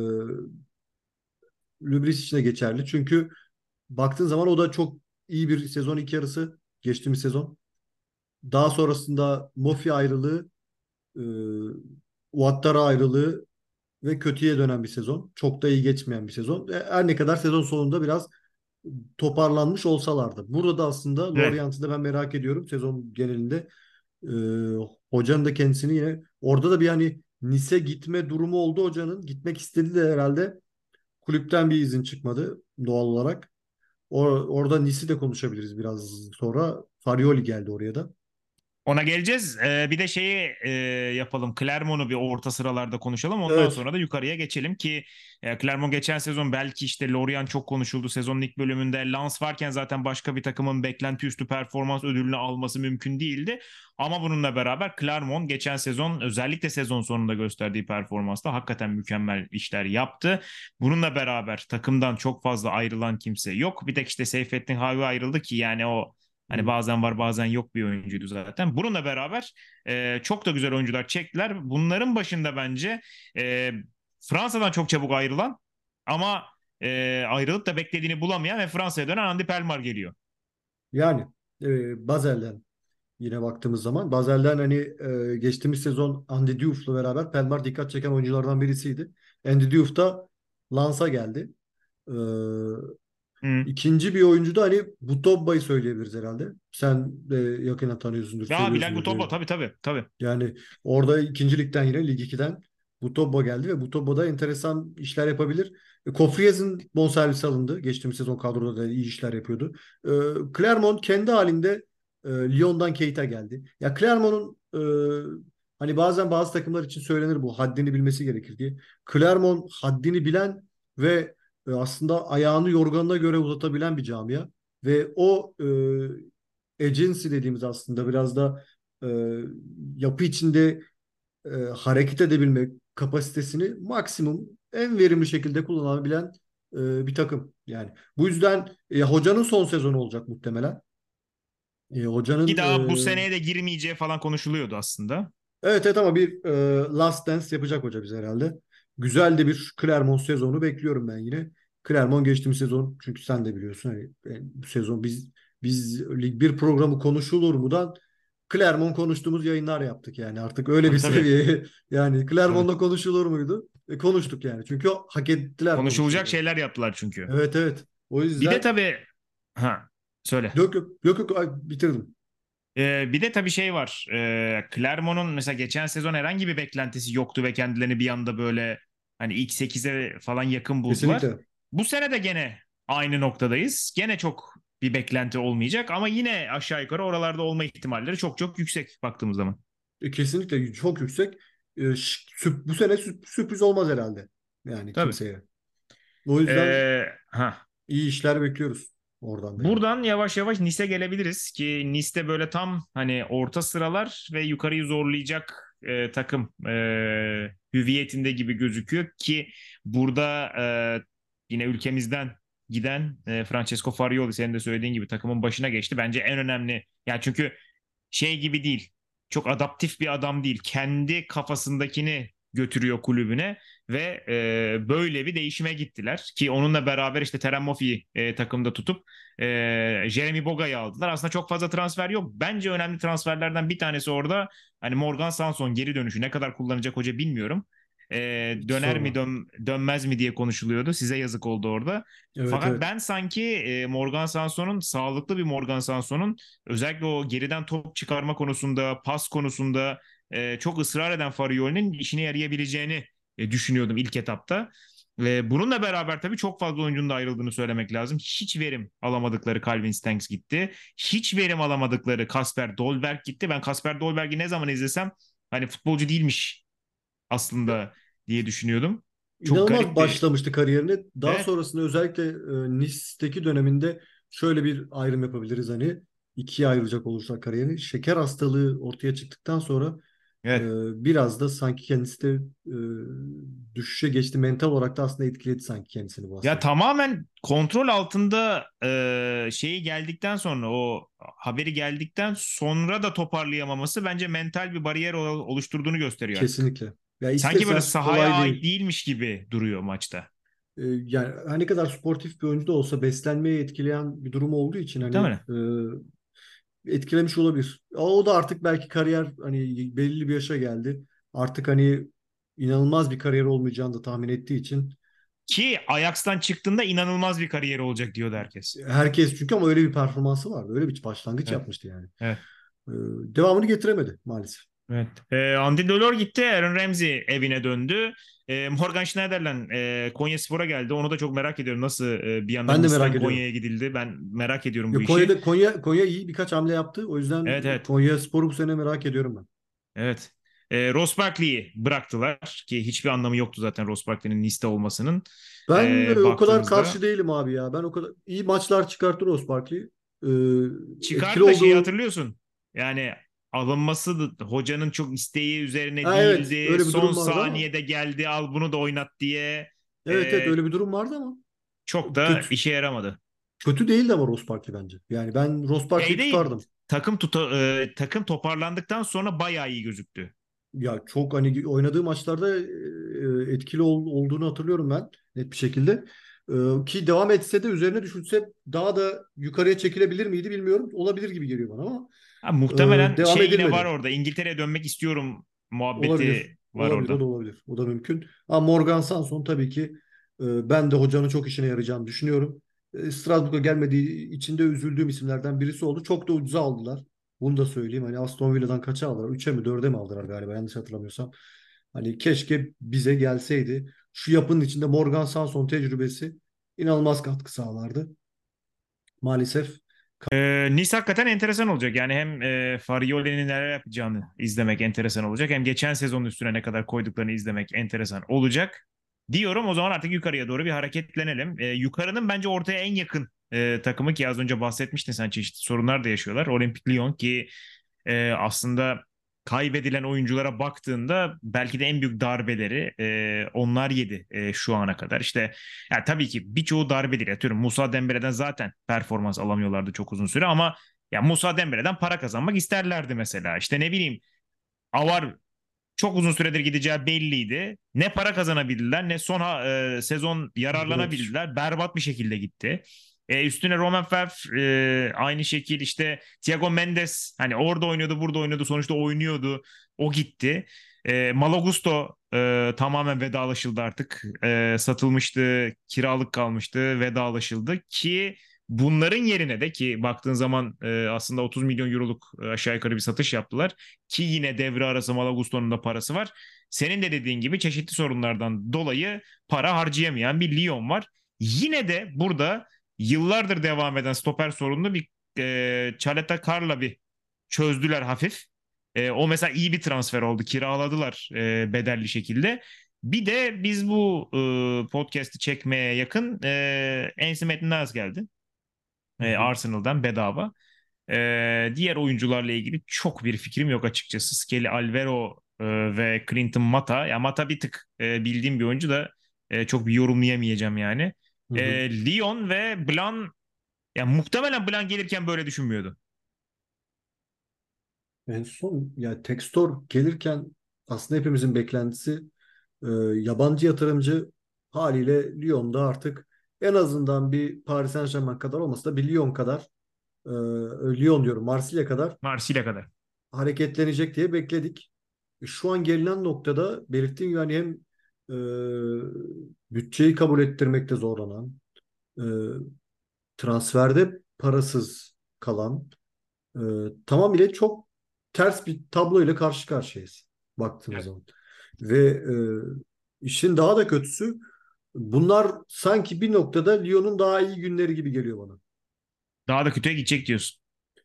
Lubris için de geçerli. Çünkü baktığın zaman o da çok iyi bir sezon ilk yarısı geçtiğimiz sezon. Daha sonrasında Mofi ayrılığı, e, Ouattara ayrılığı ve kötüye dönen bir sezon. Çok da iyi geçmeyen bir sezon. Her ne kadar sezon sonunda biraz toparlanmış olsalardı. Burada da aslında Evet. Lorient'i de ben merak ediyorum sezon genelinde. E, Hocanın da kendisini yine orada da bir hani Nice gitme durumu oldu hocanın. Gitmek istedi de herhalde kulüpten bir izin çıkmadı doğal olarak. Orada Nice'i de konuşabiliriz biraz sonra. Farioli geldi oraya da. Ona geleceğiz. Bir de şeyi yapalım. Clermont'u bir orta sıralarda konuşalım. Ondan Evet. sonra da yukarıya geçelim ki Clermont geçen sezon belki işte Lorient çok konuşuldu. Sezonun ilk bölümünde Lens varken zaten başka bir takımın beklenti üstü performans ödülünü alması mümkün değildi. Ama bununla beraber Clermont geçen sezon özellikle sezon sonunda gösterdiği performansla hakikaten mükemmel işler yaptı. Bununla beraber takımdan çok fazla ayrılan kimse yok. Bir tek işte Seyfettin Havi ayrıldı ki yani o hani Hı. bazen var bazen yok bir oyuncuydu zaten. Bununla beraber çok da güzel oyuncular çektiler. Bunların başında bence e, Fransa'dan çok çabuk ayrılan ama ayrılıp da beklediğini bulamayan ve Fransa'ya dönen Andy Pelmar geliyor. Yani Basel'den yine baktığımız zaman Basel'den hani geçtiğimiz sezon Andy Diouf'la beraber Pelmar dikkat çeken oyunculardan birisiydi. Andy Diouf da Lens'a geldi. E, Hı. ikinci bir oyuncu da hani Butobba'yı söyleyebiliriz herhalde. Sen de yakından tanıyorsundur, Ya Bilal seviyorsundur diye. Gutoba, tabii tabii tabii. Yani orada ikinci ligden yine Lig 2'den Butoba geldi ve Butoba da enteresan işler yapabilir. Kofriez'in bonservisi alındı. Geçtiğimiz sezon kadroda da iyi işler yapıyordu. E, Clermont kendi halinde Lyon'dan Keita geldi. Ya Clermont'un hani bazen bazı takımlar için söylenir bu haddini bilmesi gerekir diye. Clermont haddini bilen ve aslında ayağını yorganına göre uzatabilen bir camia. Ve o agency dediğimiz aslında biraz da e, yapı içinde hareket edebilme kapasitesini maksimum en verimli şekilde kullanabilen bir takım. Yani bu yüzden hocanın son sezonu olacak muhtemelen. Ki Hocanın daha bu seneye de girmeyeceği falan konuşuluyordu aslında. evet, evet, ama bir Last Dance yapacak hoca bize herhalde. Güzel de bir Clermont sezonu bekliyorum ben yine. Clermont geçtiğimiz sezon çünkü sen de biliyorsun hani bu sezon biz Lig bir programı konuşulur mudan Clermont konuştuğumuz yayınlar yaptık yani artık öyle bir Tabii tabii. seviyeye yani Tabii. Clermont'la konuşulur muydu? Konuştuk yani çünkü hak ettiler Konuşulacak konuşuldu. şeyler yaptılar çünkü. Evet, evet. O Bir de yüzden tabii ha söyle. yok, yok, yok, yok, ay, bitirdim. Bir de tabii şey var. Clermont'un mesela geçen sezon herhangi bir beklentisi yoktu ve kendilerini bir anda böyle hani ilk 8'e falan yakın buldular. Kesinlikle. Bu sene de gene aynı noktadayız. Gene çok bir beklenti olmayacak ama yine aşağı yukarı oralarda olma ihtimalleri çok çok yüksek baktığımız zaman. Kesinlikle çok yüksek. Bu sene sürpriz olmaz herhalde. Yani Tabii. kimseye. O yüzden Ha. iyi işler bekliyoruz oradan da yani. Buradan yavaş yavaş Nice'e gelebiliriz ki Nice'de böyle tam hani orta sıralar ve yukarıyı zorlayacak takım hüviyetinde gibi gözüküyor ki burada yine ülkemizden giden Francesco Farioli senin de söylediğin gibi takımın başına geçti. Bence en önemli yani çünkü şey gibi değil. Çok adaptif bir adam değil. Kendi kafasındakini götürüyor kulübüne ve böyle bir değişime gittiler ki onunla beraber işte Terem Moffi'yi takımda tutup Jeremy Boga'yı aldılar. Aslında çok fazla transfer yok. Bence önemli transferlerden bir tanesi orada hani Morgan Sanson geri dönüşü ne kadar kullanacak hoca bilmiyorum. Hiç Döner mi sorma. dönmez mi diye konuşuluyordu. Size yazık oldu orada. Evet, Fakat evet. ben sanki Morgan Sanson'un sağlıklı bir Morgan Sanson'un özellikle o geriden top çıkarma konusunda, pas konusunda çok ısrar eden Farioli'nin işine yarayabileceğini düşünüyordum ilk etapta. Ve bununla beraber tabii çok fazla oyuncunun da ayrıldığını söylemek lazım. Hiç verim alamadıkları Calvin Stengs gitti. Hiç verim alamadıkları Kasper Dolberg gitti. Ben Kasper Dolberg'i ne zaman izlesem hani futbolcu değilmiş aslında diye düşünüyordum. Çok İnanılmaz garipti. başlamıştı kariyerine. Daha Evet. sonrasında özellikle Nice'deki döneminde şöyle bir ayrım yapabiliriz hani ikiye ayıracak olursak kariyerini. Şeker hastalığı ortaya çıktıktan sonra e, Evet. biraz da sanki kendisi de düşüşe geçti. Mental olarak da aslında etkiledi sanki kendisini bu Ya hastalık. tamamen kontrol altında şeyi geldikten sonra o haberi geldikten sonra da toparlayamaması bence mental bir bariyer oluşturduğunu gösteriyor artık. Kesinlikle. Ya Sanki böyle istesen sahaya kolay ait değil. değilmiş gibi duruyor maçta. Yani her ne kadar sportif bir oyuncu da olsa beslenmeyi etkileyen bir durum olduğu için hani Muhtemelen. etkilemiş olabilir. O da artık belki kariyer hani belli bir yaşa geldi. Artık hani inanılmaz bir kariyer olmayacağını da tahmin ettiği için Ki Ajax'tan çıktığında inanılmaz bir kariyeri olacak diyordu herkes. herkes çünkü ama öyle bir performansı vardı. Öyle bir başlangıç Evet. yapmıştı yani. Evet. Ee, Devamını getiremedi maalesef. Evet. Andy Delor gitti. Aaron Ramsey evine döndü. Morgan Schneiderlin Konyaspor'a geldi. Onu da çok merak ediyorum. Nasıl bir anda Ben de merak Nice'den ediyorum. Konya'ya gidildi? Ben merak ediyorum bu Ya işi. Konya iyi birkaç hamle yaptı. O yüzden Evet, evet. Konya Spor'u bu sene merak ediyorum ben. Evet. Ross Barkley'i bıraktılar ki hiçbir anlamı yoktu zaten Ross Barkley'nin liste olmasının. Ben o kadar karşı Baktığımızda değilim abi ya. Ben o kadar iyi maçlar çıkartır Ross Barkley. Etkili çıkardı da şeyi olduğu. hatırlıyorsun. Yani alınması da hocanın çok isteği üzerine Ha, evet, değildi. öyle bir Son durum vardı ama. saniyede geldi al bunu da oynat diye. Evet, evet, Ee, öyle bir durum vardı ama Çok da kötü işe yaramadı. kötü değildi ama Ross Barkley bence. Yani ben Ross Şey Barkley'i değil. tutardım. Takım toparlandıktan sonra bayağı iyi gözüktü. Ya çok hani oynadığı maçlarda etkili olduğunu hatırlıyorum ben net bir şekilde. Ki devam etse de üzerine düşünse daha da yukarıya çekilebilir miydi bilmiyorum. Olabilir gibi geliyor bana ama Ha, muhtemelen devam şey yine var edilmedi. orada. İngiltere'ye dönmek istiyorum Olabilir. muhabbeti var Olabilir. O orada. da olabilir. O da mümkün. Ama Morgan Sanson tabii ki ben de hocanın çok işine yarayacağını düşünüyorum. Strasbourg'a gelmediği için de üzüldüğüm isimlerden birisi oldu. Çok da ucuza aldılar. Bunu da söyleyeyim. Hani Aston Villa'dan kaça aldılar? 3'e mi 4'e mi aldılar galiba yanlış hatırlamıyorsam. Hani keşke bize gelseydi. Şu yapının içinde Morgan Sanson tecrübesi inanılmaz katkı sağlardı. Maalesef. Nice hakikaten enteresan olacak. Yani hem Farioli'nin neler yapacağını izlemek enteresan olacak. Hem geçen sezonun üstüne ne kadar koyduklarını izlemek enteresan olacak. Diyorum o zaman artık yukarıya doğru bir hareketlenelim. Yukarının bence ortaya en yakın takımı ki az önce bahsetmiştin sen çeşitli sorunlar da yaşıyorlar. Olympique Lyon ki aslında kaybedilen oyunculara baktığında belki de en büyük darbeleri onlar yedi şu ana kadar. İşte ya tabii ki birçoğu darbe değil. Atıyorum Musa Dembele'den zaten performans alamıyorlardı çok uzun süre ama ya Musa Dembele'den para kazanmak isterlerdi mesela. İşte ne bileyim Avar çok uzun süredir gideceği belliydi. Ne para kazanabildiler ne son sezon Evet. yararlanabildiler. Berbat bir şekilde gitti. Üstüne Roman Felf aynı şekil işte Thiago Mendes hani orada oynuyordu burada oynuyordu sonuçta oynuyordu. O gitti. Malo Gusto tamamen vedalaşıldı artık. Satılmıştı, kiralık kalmıştı, vedalaşıldı ki Bunların yerine de ki baktığın zaman aslında 30 milyon euroluk aşağı yukarı bir satış yaptılar. Ki yine devre arası Mal Gusto'nun da parası var. Senin de dediğin gibi çeşitli sorunlardan dolayı para harcayamayan bir Lyon var. Yine de burada yıllardır devam eden stoper sorununu bir Çaleta Karla bir çözdüler hafif. O mesela iyi bir transfer oldu. Kiraladılar bedelli şekilde. Bir de biz bu podcast'i çekmeye yakın Ensi Metin geldi. Hı hı. Arsenal'dan bedava. Diğer oyuncularla ilgili çok bir fikrim yok açıkçası. Skelly Alvaro ve Clinton Mata. Ya Mata bir tık bildiğim bir oyuncu da çok bir yorumlayamayacağım yani. Hı hı. Lyon ve Blanc, ya muhtemelen Blanc gelirken böyle düşünmüyordu. En son ya Textor gelirken aslında hepimizin beklentisi yabancı yatırımcı haliyle Lyon'da artık en azından bir Paris Saint-Germain kadar olmasa da bir Lyon kadar e, Lyon diyorum Marsilya kadar Marsilya kadar. hareketlenecek diye bekledik. Şu an gelinen noktada belirttiğim gibi hani hem e, bütçeyi kabul ettirmekte zorlanan, e, transferde parasız kalan, e, tamamıyla çok ters bir tablo ile karşı karşıyayız baktığımız Evet. zaman. Ve işin daha da kötüsü bunlar sanki bir noktada Lyon'un daha iyi günleri gibi geliyor bana. Daha da kötüye gidecek diyorsun.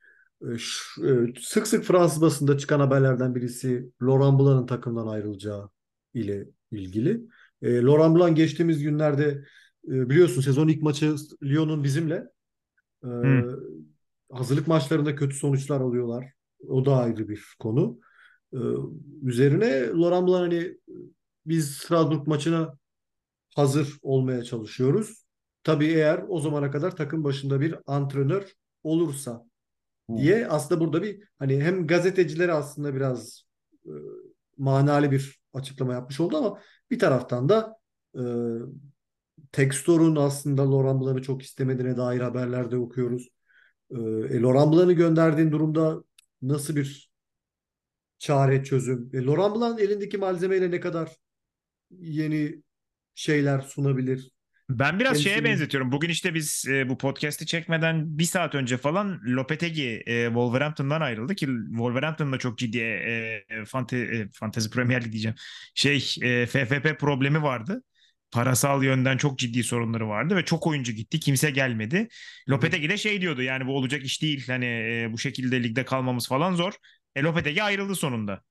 Sık sık Fransız basında çıkan haberlerden birisi Laurent Blanc'ın takımdan ayrılacağı ile ilgili. Laurent Blanc geçtiğimiz günlerde biliyorsun sezon ilk maçı Lyon'un bizimle. E, Hı. Hazırlık maçlarında kötü sonuçlar alıyorlar. O da ayrı bir konu. E, Üzerine Laurent Blanc hani biz Strasbourg maçına hazır olmaya çalışıyoruz. Tabii eğer o zamana kadar takım başında bir antrenör olursa diye aslında burada bir hani hem gazetecilere aslında biraz e, manalı bir açıklama yapmış oldu ama bir taraftan da e, Textor'un aslında Laurent Blanc'ı çok istemediğine dair haberlerde okuyoruz. Laurent Blanc'ı gönderdiğin durumda nasıl bir çare çözüm? Laurent Blanc elindeki malzemeyle ne kadar yeni şeyler sunabilir? Ben biraz şeye Kendisinin benzetiyorum. Bugün işte biz bu podcast'i çekmeden bir saat önce falan Lopetegui Wolverhampton'dan ayrıldı ki Wolverhampton'da çok ciddi Fantasy Premier Lig diyeceğim. FFP problemi vardı. Parasal yönden çok ciddi sorunları vardı ve çok oyuncu gitti. Kimse gelmedi. Hı hı. Lopetegui de şey diyordu yani bu olacak iş değil. Hani bu şekilde ligde kalmamız falan zor. Lopetegui ayrıldı sonunda.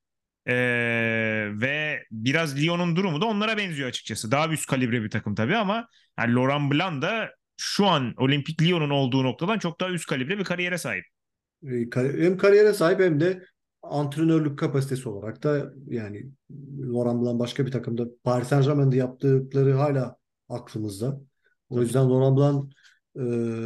Ve biraz Lyon'un durumu da onlara benziyor açıkçası. Daha üst kalibre bir takım tabii ama yani Laurent Blanc da şu an Olimpik Lyon'un olduğu noktadan çok daha üst kalibre bir kariyere sahip. Hem kariyere sahip hem de antrenörlük kapasitesi olarak da yani Laurent Blanc başka bir takımda Paris Saint-Germain'de yaptıkları hala aklımızda. O Tabii. yüzden Laurent Blanc e,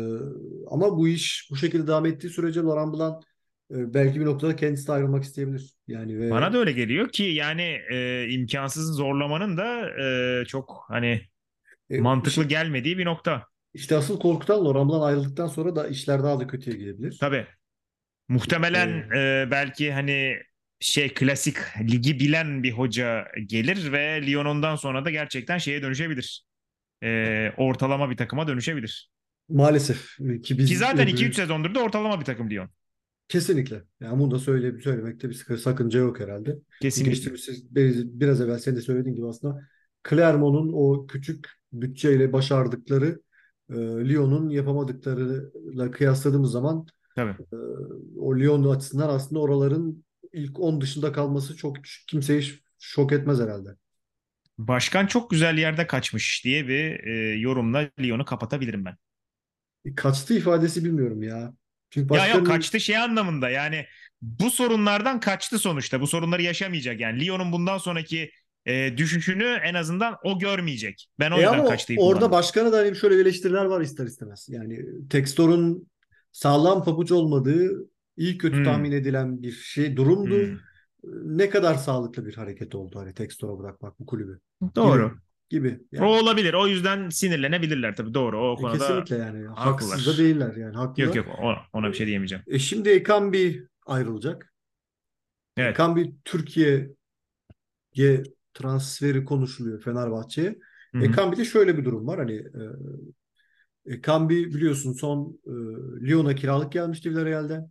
ama bu iş bu şekilde devam ettiği sürece Laurent Blanc belki bir noktada kendisi de ayrılmak isteyebilir. Yani ve Bana da öyle geliyor ki yani imkansız zorlamanın da çok hani mantıklı işte, gelmediği bir nokta. işte asıl korkutan Laurent Blanc ayrıldıktan sonra da işler daha da kötüye gidebilir. Tabii. Muhtemelen E, belki hani klasik ligi bilen bir hoca gelir ve Lyon ondan sonra da gerçekten şeye dönüşebilir. Ortalama bir takıma dönüşebilir. Maalesef ki Ki biz zaten 2-3 sezondur da ortalama bir takım Lyon. kesinlikle. Yani bunu da söylemekte bir sakınca yok herhalde. Kesinlikle. Biraz evvel sen de söylediğin gibi aslında Clermont'un o küçük bütçeyle başardıkları Lyon'un yapamadıklarıyla kıyasladığımız zaman Tabii. e, o Lyon açısından aslında oraların ilk 10 dışında kalması çok kimseyi şok etmez herhalde. Başkan çok güzel yerde kaçmış diye bir yorumla Lyon'u kapatabilirim ben. Kaçtı ifadesi bilmiyorum ya. Çünkü Ya yok başkanın kaçtı şey anlamında yani bu sorunlardan kaçtı sonuçta. Bu sorunları yaşamayacak yani. Lyon'un bundan sonraki düşüşünü en azından o görmeyecek. Ben o ama yüzden kaçtıyı orada kullandım. başkana da hani şöyle eleştiriler var ister istemez. Yani Textor'un sağlam pabuç olmadığı iyi kötü tahmin Hmm, edilen bir şey durumdu. hmm. Ne kadar sağlıklı bir hareket oldu hani Textor'a bırakmak bu kulübü gibi Doğru. gibi O yani. olabilir. O yüzden sinirlenebilirler tabii. Doğru. O konuda Kesinlikle yani haksız da haklılar. değiller yani Yok haklılar. yok ona bir şey diyemeyeceğim. Şimdi Ekambi ayrılacak. Evet. Ekambi Türkiye'ye transferi konuşuluyor Fenerbahçe'ye. Hı hı. Ekambi'de şöyle bir durum var hani Kambi biliyorsun son Lyon'a kiralık gelmişti Villarreal'den.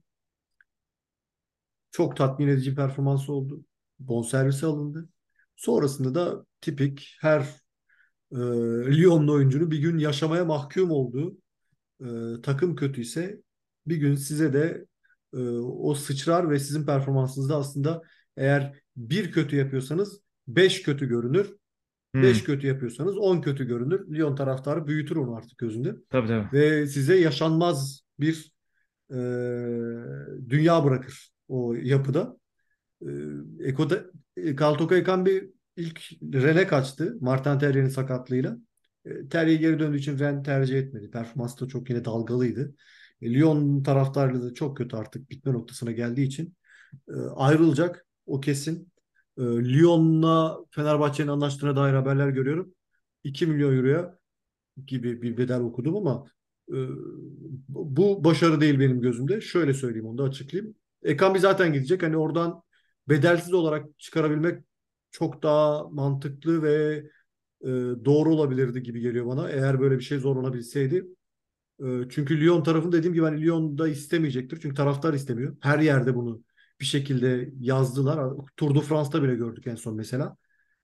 Çok tatmin edici bir performansı oldu. Bonservisi alındı. Sonrasında da tipik her e, Lyon'lu oyuncunun bir gün yaşamaya mahkum olduğu, takım kötüyse bir gün size de o sıçrar ve sizin performansınızda aslında eğer bir kötü yapıyorsanız 5 kötü görünür. Hmm, 5 kötü yapıyorsanız 10 kötü görünür. Lyon taraftarı büyütür onu artık gözünde. tabii tabii. Ve size yaşanmaz bir e, dünya bırakır o yapıda. E, Eko'da Kaltoka Ekambi ilk Rennes'e kaçtı. Martin Terrier'in sakatlığıyla. Terrier geri döndüğü için Rennes tercih etmedi. Performansı da çok yine dalgalıydı. Lyon taraftarlığı da çok kötü artık bitme noktasına geldiği için ayrılacak. O kesin. Lyon'la Fenerbahçe'nin anlaştığına dair haberler görüyorum. 2 milyon euroya gibi bir bedel okudum ama e, bu başarı değil benim gözümde. Şöyle söyleyeyim, onu da açıklayayım. Ekambi zaten gidecek. Hani oradan bedelsiz olarak çıkarabilmek çok daha mantıklı ve e, doğru olabilirdi gibi geliyor bana. Eğer böyle bir şey zorlanabilseydi. Çünkü Lyon tarafını dediğim gibi hani Lyon da istemeyecektir. Çünkü taraftar istemiyor. Her yerde bunu bir şekilde yazdılar. Tour de France'da bile gördük en son mesela.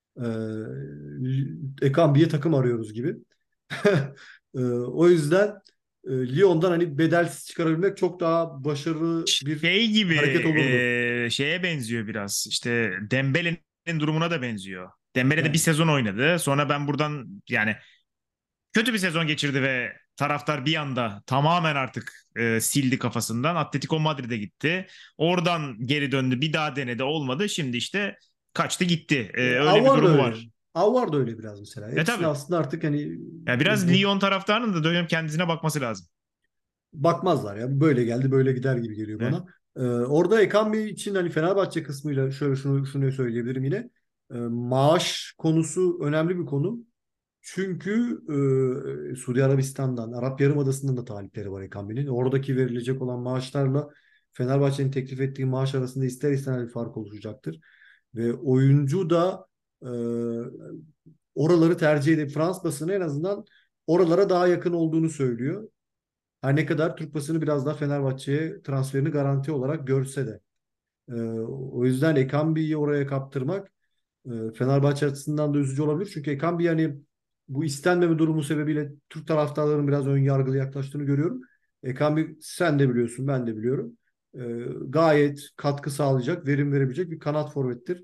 Ekambi'ye takım arıyoruz gibi. O yüzden Lyon'dan hani bedelsiz çıkarabilmek çok daha başarılı bir Şey gibi hareket olurdu. şeye benziyor biraz. İşte Dembele'nin durumuna da benziyor. Dembele de bir Yani sezon oynadı. Sonra ben buradan yani kötü bir sezon geçirdi ve taraftar bir anda tamamen artık sildi kafasından. Atletico Madrid'e gitti. Oradan geri döndü. Bir daha denedi. Olmadı. Şimdi işte kaçtı gitti. Öyle bir Avvar da durumu öyle. var. Avvar da öyle biraz mesela. Hepsini Tabii. aslında artık hani Ya biraz bu Lyon taraftarının da dönem kendisine bakması lazım. bakmazlar ya. Böyle geldi böyle gider gibi geliyor Evet. bana. Orada Ekambi için hani Fenerbahçe kısmıyla şöyle şunu söyleyebilirim yine. Maaş konusu önemli bir konu. Çünkü Suudi Arabistan'dan, Arap Yarımadası'ndan da talipleri var Ekambi'nin. Oradaki verilecek olan maaşlarla Fenerbahçe'nin teklif ettiği maaş arasında ister istemez bir fark oluşacaktır. Ve oyuncu da e, oraları tercih edip Frans basını en azından oralara daha yakın olduğunu söylüyor. Her ne kadar Türk basını biraz daha Fenerbahçe'ye transferini garanti olarak görse de. O yüzden Ekambi'yi oraya kaptırmak Fenerbahçe açısından da üzücü olabilir. Çünkü Ekambi yani bu istenmeme durumu sebebiyle Türk taraftarlarının biraz ön yargılı yaklaştığını görüyorum. Ekambi sen de biliyorsun, ben de biliyorum. Gayet katkı sağlayacak, verim verebilecek bir kanat forvettir.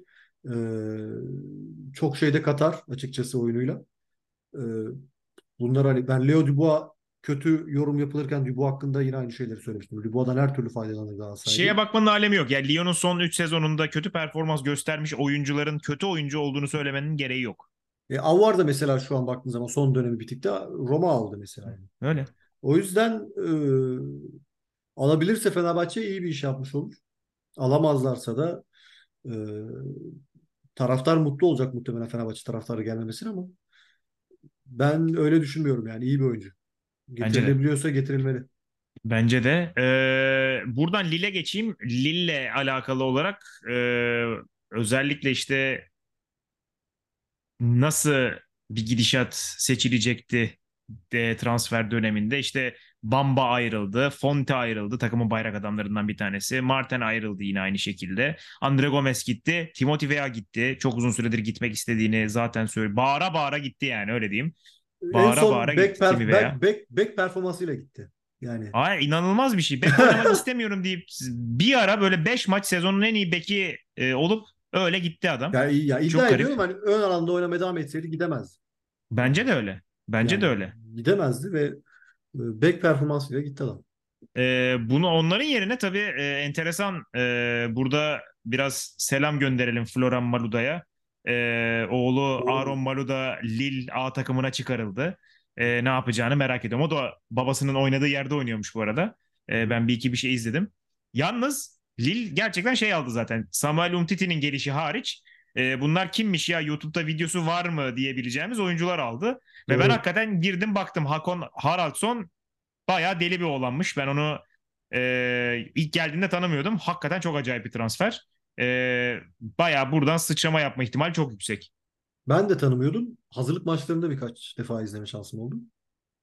Çok şey de katar açıkçası oyunuyla. Ee, Bunlar hani ben Leo Dubois kötü yorum yapılırken Dubois hakkında yine aynı şeyleri söylemiştim. Dubois'dan her türlü faydalanır Galatasaray diye. Şeye bakmanın alemi yok. Yani Lyon'un son 3 sezonunda kötü performans göstermiş oyuncuların kötü oyuncu olduğunu söylemenin gereği yok. Avar da mesela şu an baktığın zaman son dönemi bitikte Roma aldı mesela. Yani. Öyle. O yüzden alabilirse Fenerbahçe iyi bir iş yapmış olur. Alamazlarsa da e, taraftar mutlu olacak muhtemelen Fenerbahçe taraftarı gelmemesine ama ben öyle düşünmüyorum yani iyi bir oyuncu. Bence de. Getirilebiliyorsa getirilmeli. Bence de. Buradan Lille geçeyim. Lille alakalı olarak özellikle işte nasıl bir gidişat seçilecekti transfer döneminde. İşte Bamba ayrıldı, Fonte ayrıldı, takımın bayrak adamlarından bir tanesi. Marten ayrıldı yine aynı şekilde. Andre Gomes gitti, Timothy Weah gitti. Çok uzun süredir gitmek istediğini zaten söyledi. Bağıra bağıra gitti yani öyle diyeyim. En Bağıra bağıra son gitti Timmy Weah. back performansıyla gitti. Yani Ay inanılmaz bir şey. Bek oynamak istemiyorum deyip bir ara böyle 5 maç sezonun en iyi beki olup öyle gitti adam. ya Çok iddia garip. ediyorum hani ön alanda oynamaya devam etseydi gidemezdi. Bence de öyle. Bence de Yani öyle. gidemezdi ve back performansıyla gitti adam. Bunu onların yerine tabii enteresan burada biraz selam gönderelim Floran Maluda'ya. Oğlu Aaron Doğru. Maluda Lille A takımına çıkarıldı. Ne yapacağını merak ediyorum. O da babasının oynadığı yerde oynuyormuş bu arada. Hı hı. Ben bir iki bir şey izledim. Yalnız Lille gerçekten şey aldı zaten. Samuel Umtiti'nin gelişi hariç. Bunlar kimmiş ya YouTube'da videosu var mı diyebileceğimiz oyuncular aldı. Ve ben Doğru. hakikaten girdim baktım Hakon Haraldsson bayağı deli bir oğlanmış. Ben onu ilk geldiğinde tanımıyordum. Hakikaten çok acayip bir transfer. Bayağı buradan sıçrama yapma ihtimali çok yüksek. Ben de tanımıyordum. Hazırlık maçlarında birkaç defa izleme şansım oldu.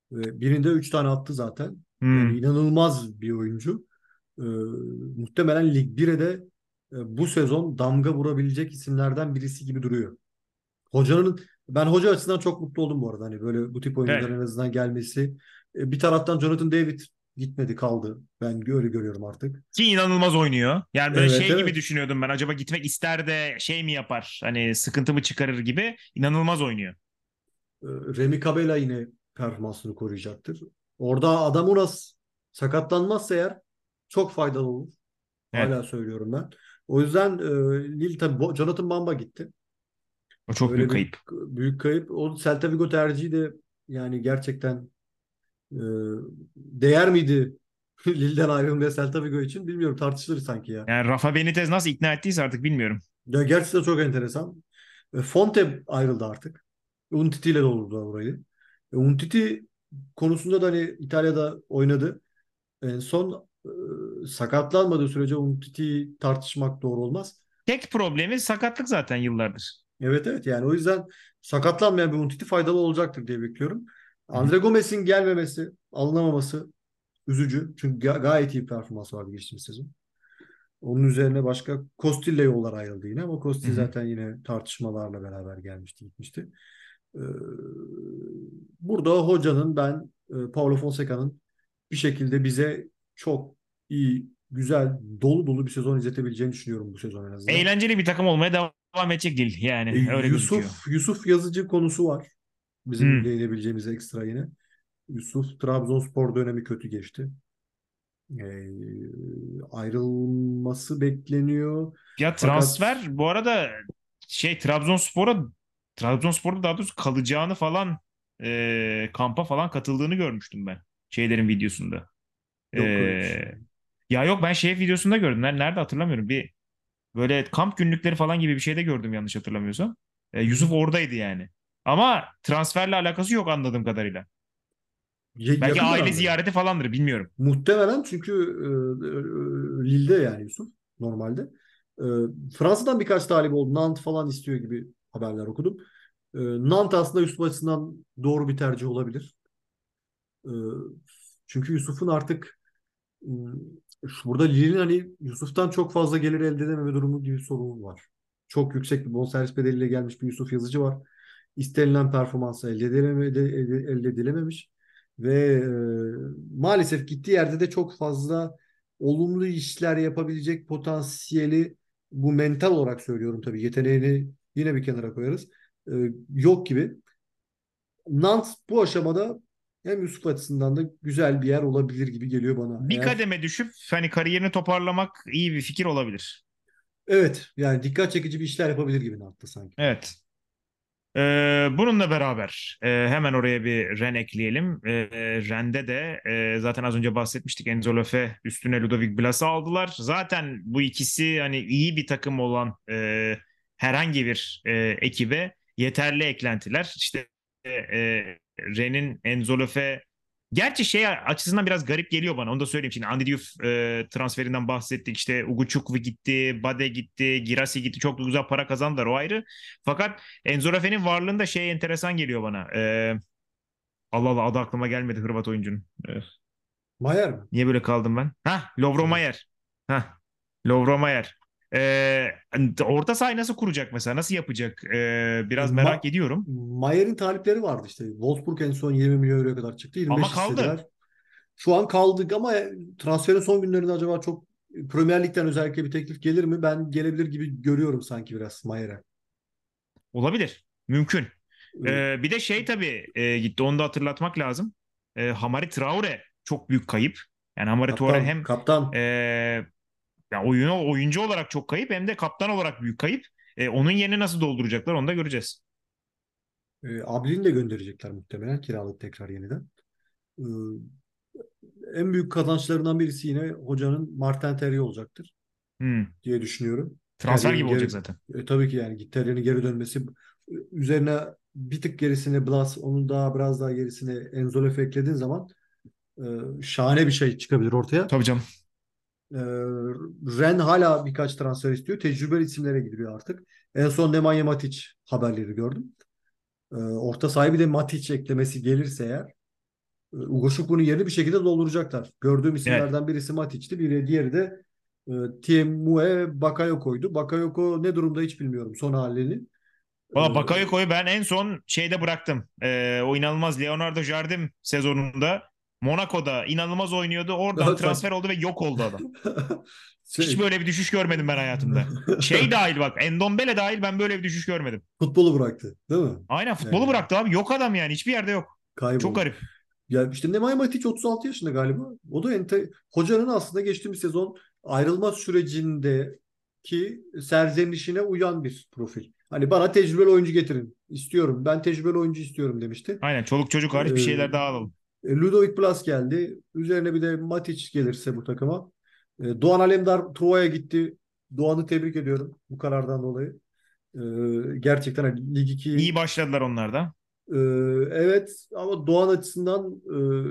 Birinde 3 tane attı zaten. Yani Hmm. inanılmaz bir oyuncu. Ee, Muhtemelen Lig 1'e de bu sezon damga vurabilecek isimlerden birisi gibi duruyor. Ben hoca açısından çok mutlu oldum bu arada. Hani böyle bu tip oyuncuların Evet. en azından gelmesi. Bir taraftan Jonathan David gitmedi kaldı. Ben öyle görüyorum artık. Ki inanılmaz oynuyor. Yani böyle Evet, şey gibi evet. düşünüyordum ben. Acaba gitmek ister de şey mi yapar? Hani sıkıntı mı çıkarır gibi. İnanılmaz oynuyor. Remy Cabella yine performansını koruyacaktır. Orada Adamunas sakatlanmazsa eğer çok faydalı olur. Evet. Hala söylüyorum ben. O yüzden Lille tabii Jonathan Bamba gitti. O çok büyük Öyle bir kayıp. büyük kayıp. O Celta Vigo tercihi de yani gerçekten e, değer miydi Lille'den ayrılmaya Celta Vigo için bilmiyorum, tartışılır sanki ya. Yani Rafa Benitez nasıl ikna ettiyse artık bilmiyorum. Ya gerçekten çok enteresan. Fonte ayrıldı artık. Umtiti ile doldurdular orayı. Umtiti konusunda da hani İtalya'da oynadı. En son sakatlanmadığı sürece Umtiti'yi tartışmak doğru olmaz. Tek problemi sakatlık zaten yıllardır. Evet, evet, yani o yüzden sakatlanmayan bir Umtiti faydalı olacaktır diye bekliyorum. Hı hı. Andre Gomez'in gelmemesi, alınamaması üzücü. Çünkü gayet iyi bir performans vardı geçtiğimiz sezon. Onun üzerine başka Costilla yollar ayrıldı yine ama Hı Costilla hı. zaten yine tartışmalarla beraber gelmişti gitmişti. Ee, Burada hocanın ben Paulo Fonseca'nın bir şekilde bize çok iyi, güzel, dolu dolu bir sezon izletebileceğini düşünüyorum bu sezon en azından. Eğlenceli bir takım olmaya devam edecek değil. Yani öyle gözüküyor. Yusuf Yazıcı konusu var. Bizim Hmm. değinebileceğimiz ekstra yine. Yusuf Trabzonspor dönemi kötü geçti. Ayrılması bekleniyor. Ya Fakat transfer bu arada şey Trabzonspor'da daha doğrusu kalacağını falan kampa falan katıldığını görmüştüm ben. Şeylerin videosunda. yok öyle bir şey. E, Ya yok ben şey videosunda gördüm. Nerede hatırlamıyorum. Bir böyle kamp günlükleri falan gibi bir şeyde gördüm yanlış hatırlamıyorsam. Hı hı. Yusuf oradaydı yani. Ama transferle alakası yok anladığım kadarıyla. Belki Yakın aile dönemde mi? ziyareti falandır bilmiyorum. Muhtemelen çünkü Lille'de yani Yusuf normalde. E, Fransa'dan birkaç talip oldu. Nantes falan istiyor gibi haberler okudum. Nantes aslında Yusuf açısından doğru bir tercih olabilir. E, Çünkü Yusuf'un artık burada Lille'in hani Yusuf'tan çok fazla gelir elde edememe durumu gibi bir sorun var. Çok yüksek bir bonservis bedeliyle gelmiş bir Yusuf Yazıcı var. İstenilen performansı elde edilememiş ve maalesef gittiği yerde de çok fazla olumlu işler yapabilecek potansiyeli, bu mental olarak söylüyorum tabii, yeteneğini yine bir kenara koyarız. E, Yok gibi. Nantes bu aşamada hem Yusuf açısından da güzel bir yer olabilir gibi geliyor bana. Bir kademe düşüp hani kariyerini toparlamak iyi bir fikir olabilir. Evet, yani dikkat çekici bir işler yapabilir gibi Nantes sanki. Evet. Bununla beraber hemen oraya bir Ren ekleyelim. Ren'de de zaten az önce bahsetmiştik. Enzo Lefebvre üstüne Ludovic Blas'ı aldılar. Zaten bu ikisi hani iyi bir takım olan herhangi bir ekibe yeterli eklentiler. İşte Ren'in Enzo Lefebvre gerçi şey açısından biraz garip geliyor bana. Onu da söyleyeyim. Şimdi Andy Diouf transferinden bahsettik. İşte Ugochukwu gitti, Bade gitti, Girassi gitti. Çok da güzel para kazandılar o ayrı. Fakat Enzo Rafe'nin varlığında şey enteresan geliyor bana. Allah Allah adı aklıma gelmedi Hırvat oyuncunun. Mayer mi? Niye böyle kaldım ben? Lovro Evet. Mayer. Hah, Lovro Mayer. Orta sahayı nasıl kuracak mesela? Nasıl yapacak? E, Biraz merak Ma ediyorum. Mayer'in talipleri vardı işte. Wolfsburg en son 20 milyon euroya kadar çıktı. Ama 25 kaldı. istediler. Şu an kaldık ama transferin son günlerinde acaba çok Premier Lig'den özellikle bir teklif gelir mi? Ben gelebilir gibi görüyorum sanki biraz Mayer'e. Olabilir. Mümkün. E, Bir de şey tabii gitti. Onu da hatırlatmak lazım. Hamari Traore çok büyük kayıp. Yani Hamari Traore hem Kaptan. e, ya oyuncu olarak çok kayıp hem de kaptan olarak büyük kayıp. Onun yerini nasıl dolduracaklar onu da göreceğiz. Ablin'i de gönderecekler muhtemelen kiralık tekrar yeniden. E, En büyük kazançlarından birisi yine hocanın Martin Terrier olacaktır Hmm. diye düşünüyorum. Transfer Terrier'in gibi olacak geri zaten. tabii ki yani Terrier'in geri dönmesi, üzerine bir tık gerisine Blas, onun daha biraz daha gerisine Enzo Lef'e eklediğin zaman e, şahane bir şey çıkabilir ortaya. Tabii canım. E, Ren hala birkaç transfer istiyor. Tecrübeli isimlere gidiyor artık. En son Nemanja Matic haberleri gördüm. Orta sahibi de Matic eklemesi gelirse eğer Ugo bunun yerini bir şekilde dolduracaklar. Gördüğüm Evet. isimlerden birisi Matic'ti. Diğeri de Tiemue Bakayoko'ydu. Bakayoko ne durumda hiç bilmiyorum son halini. E, Valla Bakayoko'yu ben en son şeyde bıraktım. O inanılmaz Leonardo Jardim sezonunda Monaco'da inanılmaz oynuyordu. Oradan Daha saçma. transfer oldu ve yok oldu adam. Hiç Şey, böyle bir düşüş görmedim ben hayatımda. Şey dahil bak, Endombele dahil ben böyle bir düşüş görmedim. futbolu bıraktı, değil mi? Aynen, futbolu Yani bıraktı abi. Yok adam yani, hiçbir yerde yok. Çok kayboldu. garip. Ya işte Nemanja Matic 36 yaşında galiba. O da hocanın aslında geçtiğimiz sezon ayrılma sürecindeki serzenişine uyan bir profil. Hani bana tecrübeli oyuncu getirin istiyorum. Ben tecrübeli oyuncu istiyorum demişti. Aynen, çoluk çocuk hariç bir Ee, şeyler daha alalım. Ludovic Blas geldi. Üzerine bir de Matic gelirse bu takıma. Doğan Alemdar Truva'ya gitti. Doğan'ı tebrik ediyorum bu karardan dolayı. Gerçekten hani Lig 2. İyi başladılar onlar da. Ee, evet ama Doğan açısından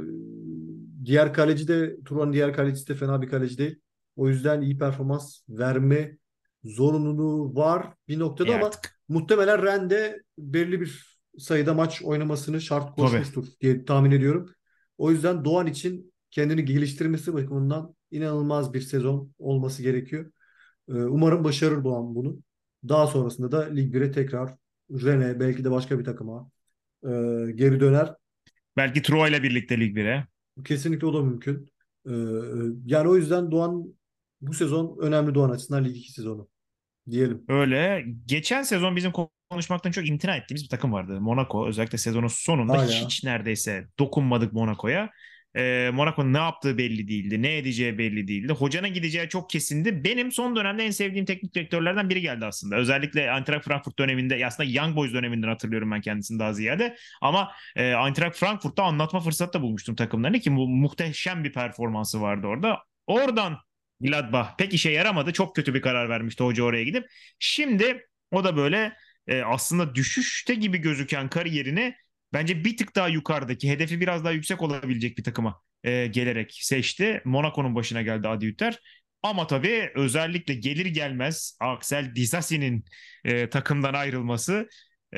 diğer kaleci de Turan'ın diğer kalecisi de fena bir kaleci değil. O yüzden iyi performans verme zorunluluğu var bir noktada ama Artık. muhtemelen Rende belli bir sayıda maç oynamasını şart Tabii. koşmuştur diye tahmin ediyorum. O yüzden Doğan için kendini geliştirmesi bakımından inanılmaz bir sezon olması gerekiyor. Umarım başarır Doğan bunu. Daha sonrasında da Lig 1'e tekrar Rene belki de başka bir takıma e, geri döner. Belki Troyes ile birlikte Lig 1'e. Kesinlikle o da mümkün. Yani o yüzden Doğan bu sezon önemli Doğan açısından Lig 2 sezonu diyelim. Öyle. Geçen sezon bizim konuşmaktan çok imtina ettiğimiz bir takım vardı. Monaco. Özellikle sezonun sonunda Hala. hiç neredeyse dokunmadık Monaco'ya. Monaco'nun ne yaptığı belli değildi. Ne edeceği belli değildi. Hocanın gideceği çok kesindi. Benim son dönemde en sevdiğim teknik direktörlerden biri geldi aslında. Özellikle Eintracht Frankfurt döneminde, aslında Young Boys döneminden hatırlıyorum ben kendisini daha ziyade. Ama Eintracht Frankfurt'ta anlatma fırsatı da bulmuştum takımlarını ki bu muhteşem bir performansı vardı orada. Oradan Gladbach pek işe yaramadı. Çok kötü bir karar vermişti hoca oraya gidip. Şimdi o da böyle aslında düşüşte gibi gözüken kariyerini bence bir tık daha yukarıdaki, hedefi biraz daha yüksek olabilecek bir takıma gelerek seçti. Monaco'nun başına geldi Adi Hütter. Ama tabii özellikle gelir gelmez Axel Disasi'nin takımdan ayrılması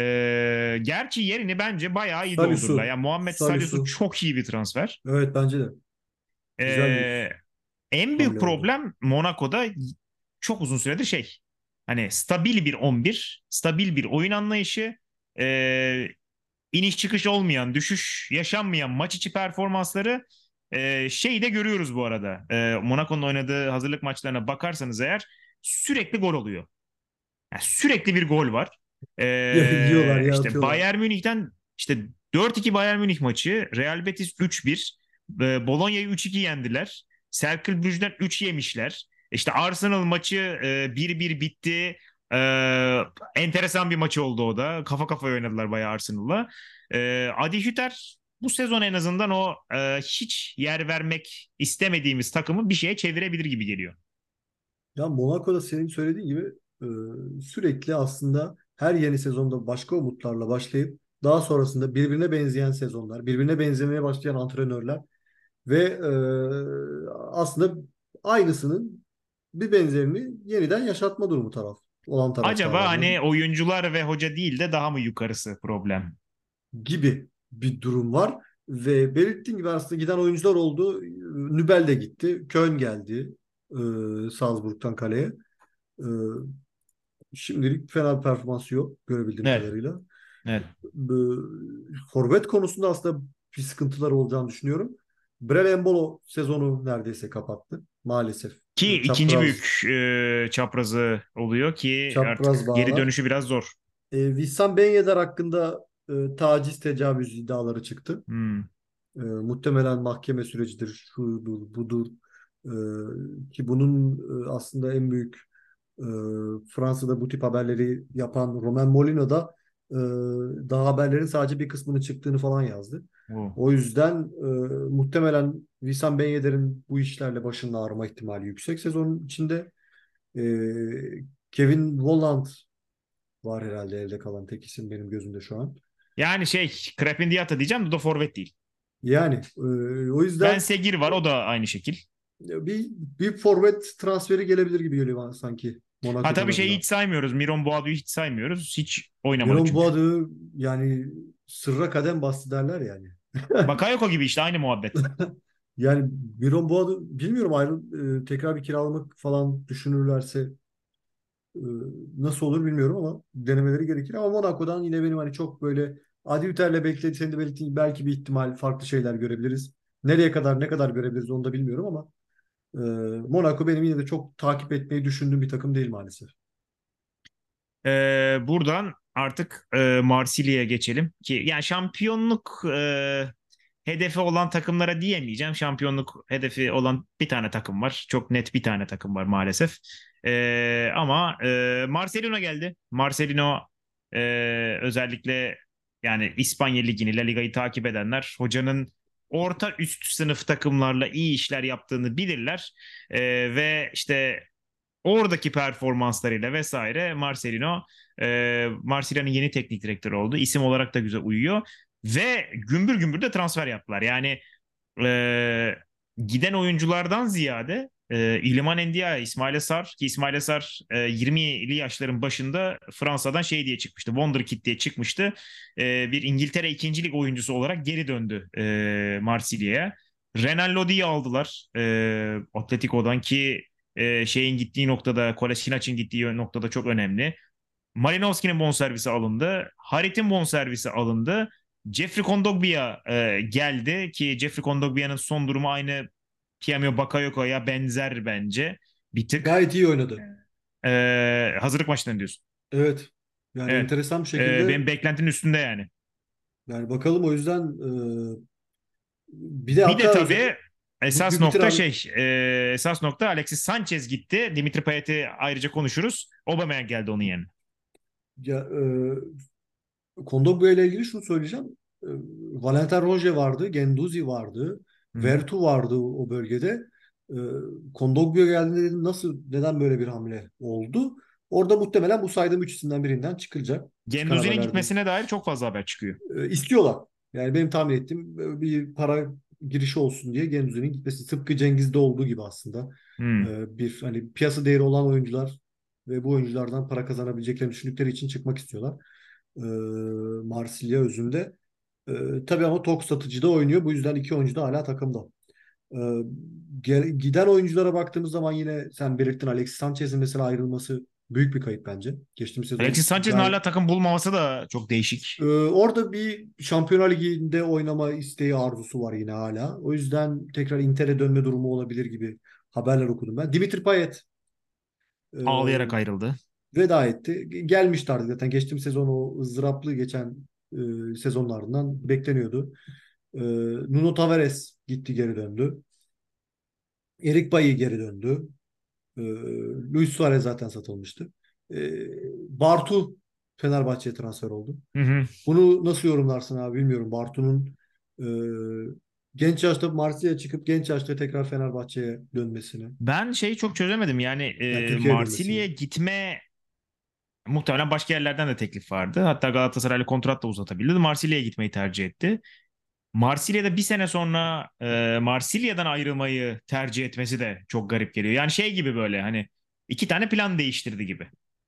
gerçi yerini bence bayağı iyi doldurdular. Salisu. Yani Muhammed Salisu Salisu. çok iyi bir transfer. Evet bence de. Güzel E, bir En büyük hamle oldu. problem Monaco'da çok uzun süredir şey. Hani stabil bir 11, stabil bir oyun anlayışı, e, iniş çıkış olmayan, düşüş yaşanmayan maç içi performansları şeyi de görüyoruz bu arada. Monaco'nun oynadığı hazırlık maçlarına bakarsanız eğer sürekli gol oluyor. Yani sürekli bir gol var. Ya yiyorlar ya İşte atıyorlar. Bayern Münih'ten işte 4-2 Bayern Münih maçı, Real Betis 3-1, Bologna'yı 3-2 yendiler. Cercle Brugge'den 3 yemişler. İşte Arsenal maçı 1-1 bitti. Enteresan bir maçı oldu o da. Kafa kafaya oynadılar bayağı Arsenal'la. Adi Hütter bu sezon en azından o hiç yer vermek istemediğimiz takımı bir şeye çevirebilir gibi geliyor. Ya Monaco'da senin söylediğin gibi sürekli aslında her yeni sezonda başka umutlarla başlayıp daha sonrasında birbirine benzeyen sezonlar, birbirine benzemeye başlayan antrenörler ve aslında aynısının bir benzerini yeniden yaşatma durumu olan Acaba taraftarlarla hani oyuncular ve hoca değil de daha mı yukarısı problem? gibi bir durum var. Ve belirttiğim gibi aslında giden oyuncular oldu. Nübel de gitti. Köln geldi Salzburg'dan kaleye. E, Şimdilik fena bir performansı yok görebildiğim Evet, kadarıyla. evet. Forvet konusunda aslında bir sıkıntılar olacağını düşünüyorum. Brel Embolo sezonu neredeyse kapattı maalesef. Ki ikinci Çapraz büyük çaprazı oluyor ki çapraz artık geri bağlar. dönüşü biraz zor. Wissam Ben Yedder hakkında taciz tecavüz iddiaları çıktı. Hmm. Muhtemelen mahkeme sürecidir, şudur, budur. Ki bunun aslında en büyük e, Fransa'da bu tip haberleri yapan Romain Molina da e, daha haberlerin sadece bir kısmını çıktığını falan yazdı. Bu. O yüzden muhtemelen Wissam Ben Yedder'in bu işlerle başının ağrıma ihtimali yüksek sezonun içinde. E, Kevin Volland var herhalde elde kalan tek isim benim gözümde şu an. Yani şey, Crepin Diatta diyeceğim de o da forvet değil. Yani o Ben yüzden Segir var, o da aynı şekil. bir forvet transferi gelebilir gibi geliyor bana sanki Ha Monaco'dan tabii şeyi hiç adına. saymıyoruz. Miron Boadu'yu hiç saymıyoruz. Hiç oynamadı Miron çünkü. Boad'ı yani sırra kadem bastı derler yani. Evet. Bakayoko gibi işte aynı muhabbet. Yani Miron Boğaz'ı bilmiyorum, tekrar bir kiralamak falan düşünürlerse e, nasıl olur bilmiyorum ama denemeleri gerekir. Ama Monaco'dan yine benim hani çok böyle Adi Hüter'le bekledi, senin de belirttiğin belki bir ihtimal farklı şeyler görebiliriz. Nereye kadar ne kadar görebiliriz onu da bilmiyorum ama e, Monaco benim yine de çok takip etmeyi düşündüğüm bir takım değil maalesef. Buradan artık Marsilya'ya geçelim ki yani şampiyonluk hedefi olan takımlara diyemeyeceğim. Şampiyonluk hedefi olan bir tane takım var. Çok net bir tane takım var maalesef. Ama Marcelino geldi. Marcelino özellikle yani İspanya Ligi'ni, La Liga'yı takip edenler hocanın orta üst sınıf takımlarla iyi işler yaptığını bilirler. Ve işte oradaki performanslarıyla vesaire Marcelino'nun yeni teknik direktörü oldu. İsim olarak da güzel uyuyor. Ve gümbür gümbür de transfer yaptılar. Yani e, giden oyunculardan ziyade İliman Ndiaye, İsmail Sarr ki İsmail Sarr 20'li yaşların başında Fransa'dan şey diye çıkmıştı. Wonderkid diye çıkmıştı. Bir İngiltere ikinci lig oyuncusu olarak geri döndü Marsilya'ya. Renan Lodi'yi aldılar Atletico'dan ki şeyin gittiği noktada, Kolasinac'in gittiği noktada çok önemli. Malinovski'nin bonservisi alındı. Harit'in bonservisi alındı. Jeffrey Kondogbia geldi ki Jeffrey Kondogbia'nın son durumu aynı Tiamio Bakayoko'ya benzer bence bir tık. Gayet iyi oynadı. Hazırlık maçlarını diyorsun. Evet. Yani Evet. enteresan bir şekilde, Benim beklentinin üstünde yani. yani bakalım o yüzden bir de Bir de hatta tabii esas bir bitir nokta abi. şey, esas nokta Alexis Sanchez gitti. Dimitri Payet'i ayrıca konuşuruz. Aubameyang geldi onun yerine. Ya, Kondogbia ile ilgili şunu söyleyeceğim. E, Valentin Roje vardı, Genduzi vardı, Hı. Vertu vardı o bölgede. E, Kondogbia geldiğinde dedim nasıl, neden böyle bir hamle oldu? Orada muhtemelen bu saydığım üç isimden birinden çıkacak. Çıkan Gendouzi'nin haberlerde gitmesine dair çok fazla haber çıkıyor. istiyorlar. Yani benim tahmin ettiğim bir para girişi olsun diye Genduzi'nin gitmesi. Tıpkı Cengiz'de olduğu gibi aslında. Hı. Bir hani piyasa değeri olan oyuncular ve bu oyunculardan para kazanabileceklerini düşündükleri için çıkmak istiyorlar. e, Marsilya özünde. Tabii ama tok satıcıda oynuyor. Bu yüzden iki oyuncu da hala takımda. E, Giden oyunculara baktığımız zaman yine sen belirttin, Alexis Sanchez'in mesela ayrılması büyük bir kayıp bence. Geçtiğimiz sezon Alexis Sanchez'in gayet hala takım bulmaması da çok değişik. orada bir Şampiyonlar Ligi'nde oynama isteği, arzusu var yine hala. O yüzden tekrar Inter'e dönme durumu olabilir gibi haberler okudum ben. Dimitri Payet Ağlayarak ayrıldı. veda etti. Gelmişti artık zaten. Geçtiğimiz sezon o ızdıraplı geçen sezonlarından bekleniyordu. E, Nuno Tavares gitti, geri döndü. Erik Bailly geri döndü. E, Luis Suarez zaten satılmıştı. E, Bartu Fenerbahçe'ye transfer oldu. Hı hı. Bunu nasıl yorumlarsın abi bilmiyorum. Bartu'nun e, genç yaşta Marsilya'ya çıkıp genç yaşta tekrar Fenerbahçe'ye dönmesini. Ben şeyi çok çözemedim. Yani Yani Türkiye'ye dönmesini. Marsilya'ya gitme muhtemelen başka yerlerden de teklif vardı. Hatta Galatasaray'la kontrat da uzatabildi. Marsilya'ya gitmeyi tercih etti. Marsilya'da bir sene sonra Marsilya'dan ayrılmayı tercih etmesi de çok garip geliyor. Yani şey gibi böyle hani iki tane plan değiştirdi gibi.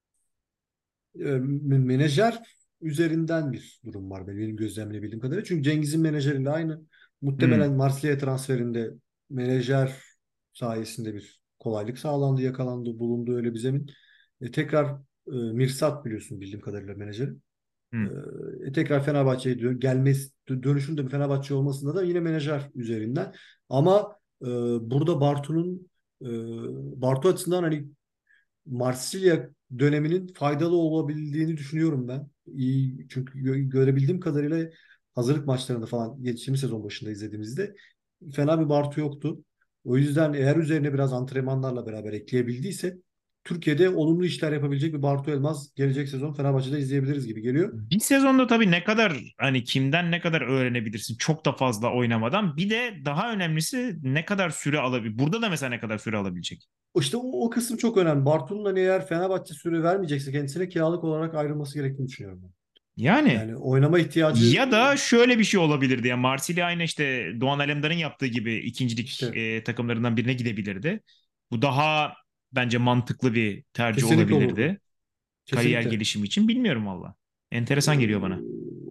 Menajer üzerinden bir durum var benim gözlemleyebildiğim kadarıyla. Çünkü Cengiz'in menajeriyle aynı. Hmm. Muhtemelen Marsilya transferinde menajer sayesinde bir kolaylık sağlandı, yakalandı, bulundu öyle bir zemin. Tekrar Mirsat biliyorsun bildiğim kadarıyla menajeri. Hmm. Tekrar Fenerbahçe'ye gelmesi, dönüşün de bir Fenerbahçe olmasında da yine menajer üzerinden. Ama burada e, Bartu açısından hani Marsilya döneminin faydalı olabildiğini düşünüyorum ben. İyi, çünkü görebildiğim kadarıyla hazırlık maçlarında falan geçtiğimiz sezon başında izlediğimizde fena bir Bartu yoktu. O yüzden eğer üzerine biraz antrenmanlarla beraber ekleyebildiyse Türkiye'de olumlu işler yapabilecek bir Bartu Elmaz gelecek sezon Fenerbahçe'de izleyebiliriz gibi geliyor. Bir sezonda tabii ne kadar hani kimden ne kadar öğrenebilirsin çok da fazla oynamadan. Bir de daha önemlisi ne kadar süre alabilir. Burada da mesela ne kadar süre alabilecek. İşte o kısım çok önemli. Bartu'nun hani eğer Fenerbahçe süre vermeyecekse kendisine kiralık olarak ayrılması gerektiğini düşünüyorum ben. Yani Yani oynama ihtiyacı ya da şöyle bir şey olabilirdi. Yani Marsilya aynı işte Doğan Alemdar'ın yaptığı gibi ikincilik işte takımlarından birine gidebilirdi. Bu daha bence mantıklı bir tercih kesinlikle olurdu. olabilirdi. Kariyer Kesinlikle. gelişimi için bilmiyorum valla. Ee, Enteresan geliyor bana.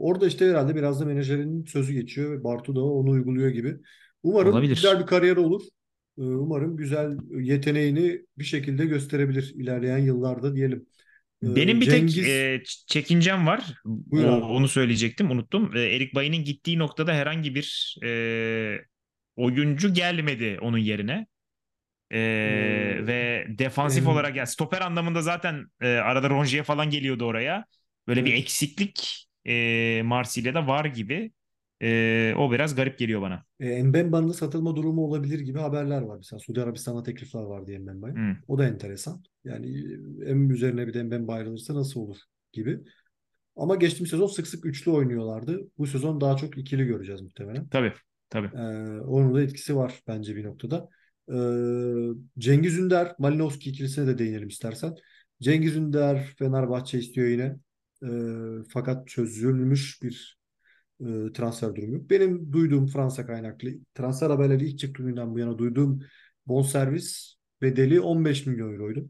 Orada işte herhalde biraz da menajerin sözü geçiyor ve Bartu da onu uyguluyor gibi. Umarım güzel Olabilir. bir kariyer olur. Umarım güzel yeteneğini bir şekilde gösterebilir ilerleyen yıllarda diyelim. Benim bir tek Cengiz, çekincem var. buyur abi. Onu söyleyecektim, unuttum. Erik Bailly'nin gittiği noktada herhangi bir oyuncu gelmedi onun yerine. Ee, Ve defansif em, olarak, yani stoper anlamında zaten arada Rongier falan geliyordu oraya. Böyle bir evet. eksiklik Marsilya'da var gibi. O biraz garip geliyor bana. Mbemba'nın satılma durumu olabilir gibi haberler var. Mesela Suudi Arabistan'a teklifler var diye Mbemba'ya. Hmm. O da enteresan. Yani em üzerine bir de Mbemba ayrılırsa nasıl olur gibi. Ama geçtiğimiz sezon sık sık üçlü oynuyorlardı. Bu sezon daha çok ikili göreceğiz muhtemelen. Tabii, tabii. Ee, Onun da etkisi var bence bir noktada. Cengiz Ünder, Malinowski ikilisine de değinelim istersen. Cengiz Ünder Fenerbahçe istiyor yine. Fakat çözülmüş bir transfer durumu yok. Benim duyduğum Fransa kaynaklı transfer haberleri ilk çıktığından bu yana duyduğum bonservis bedeli 15 milyon euroydu.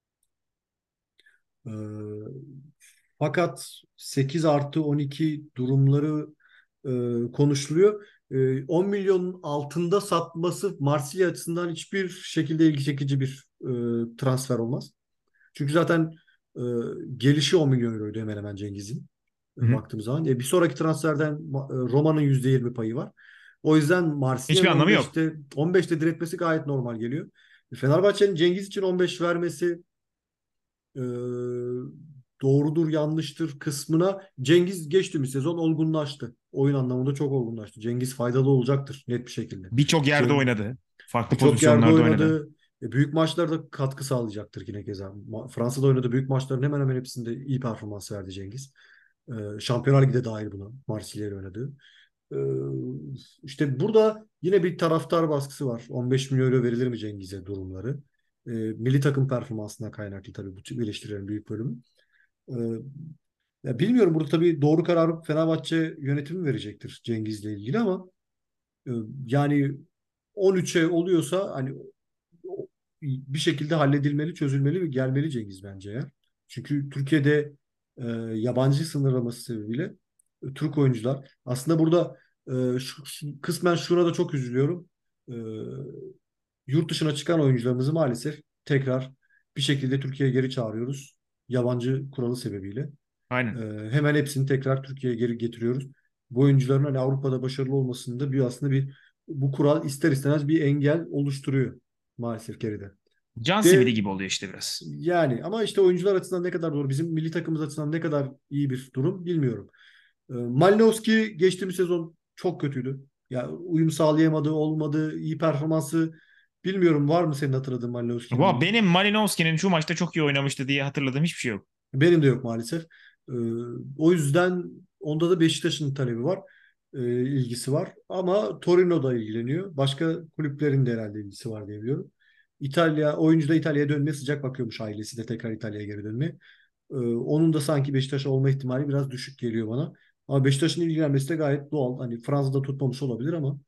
Ee, Fakat 8 artı 12 durumları konuşuluyor. 10 milyonun altında satması Marsilya açısından hiçbir şekilde ilgi çekici bir transfer olmaz. Çünkü zaten e, gelişi 10 milyon euroydu hemen hemen Cengiz'in Hı-hı. baktığımız zaman. Bir sonraki transferden Roma'nın %20 payı var. O yüzden Hiçbir Marsilya'nın anlamı yok. 15'te diretmesi gayet normal geliyor. Fenerbahçe'nin Cengiz için 15 vermesi e, doğrudur yanlıştır kısmına Cengiz geçtiğimiz sezon olgunlaştı. Oyun anlamında çok olgunlaştı. Cengiz faydalı olacaktır net bir şekilde. Birçok yerde Ceng oynadı. Farklı Birçok yerde pozisyonlarda oynadı. oynadı. Büyük maçlarda katkı sağlayacaktır yine keza. Fransa'da oynadığı büyük maçların hemen hemen hepsinde iyi performans verdi Cengiz. Şampiyonlar Ligi de dahil buna. Marsilya ile oynadı. Ee, işte burada yine bir taraftar baskısı var. 15 milyon euro verilir mi Cengiz'e durumları. Milli takım performansına kaynaklı tabii bu tip eleştirilerin büyük bölümü. Ee, Ya bilmiyorum burada tabii doğru kararı Fenerbahçe yönetimi verecektir Cengiz'le ilgili ama e, yani 13'e oluyorsa hani bir şekilde halledilmeli, çözülmeli ve gelmeli Cengiz bence ya. Çünkü Türkiye'de yabancı sınırlaması sebebiyle Türk oyuncular aslında burada kısmen şuna da çok üzülüyorum. E, Yurt dışına çıkan oyuncularımızı maalesef tekrar bir şekilde Türkiye'ye geri çağırıyoruz. Yabancı kuralı sebebiyle. Aynen. Hemen hepsini tekrar Türkiye'ye geri getiriyoruz. Bu oyuncuların hani Avrupa'da başarılı olmasında bir aslında bu kural ister istemez bir engel oluşturuyor maalesef geride. Can simidi De gibi oluyor işte biraz. yani ama işte oyuncular açısından ne kadar doğru, bizim milli takımımız açısından ne kadar iyi bir durum bilmiyorum. Malinowski geçtiğimiz sezon çok kötüydü. Ya uyum sağlayamadı, olmadı, iyi performansı bilmiyorum, var mı senin hatırladığın Malinowski'nin? Benim Malinowski'nin şu maçta çok iyi oynamıştı diye hatırladığım hiçbir şey yok. Benim de yok maalesef. Ee, O yüzden onda da Beşiktaş'ın talebi var, ilgisi var. Ama Torino da ilgileniyor. Başka kulüplerin de herhalde ilgisi var diye biliyorum. Oyuncu da İtalya'ya dönmeye sıcak bakıyormuş, ailesi de tekrar İtalya'ya geri dönmeye. Onun da sanki Beşiktaş olma ihtimali biraz düşük geliyor bana. Ama Beşiktaş'ın ilgilenmesi de gayet doğal. Hani Fransa'da tutmamış olabilir ama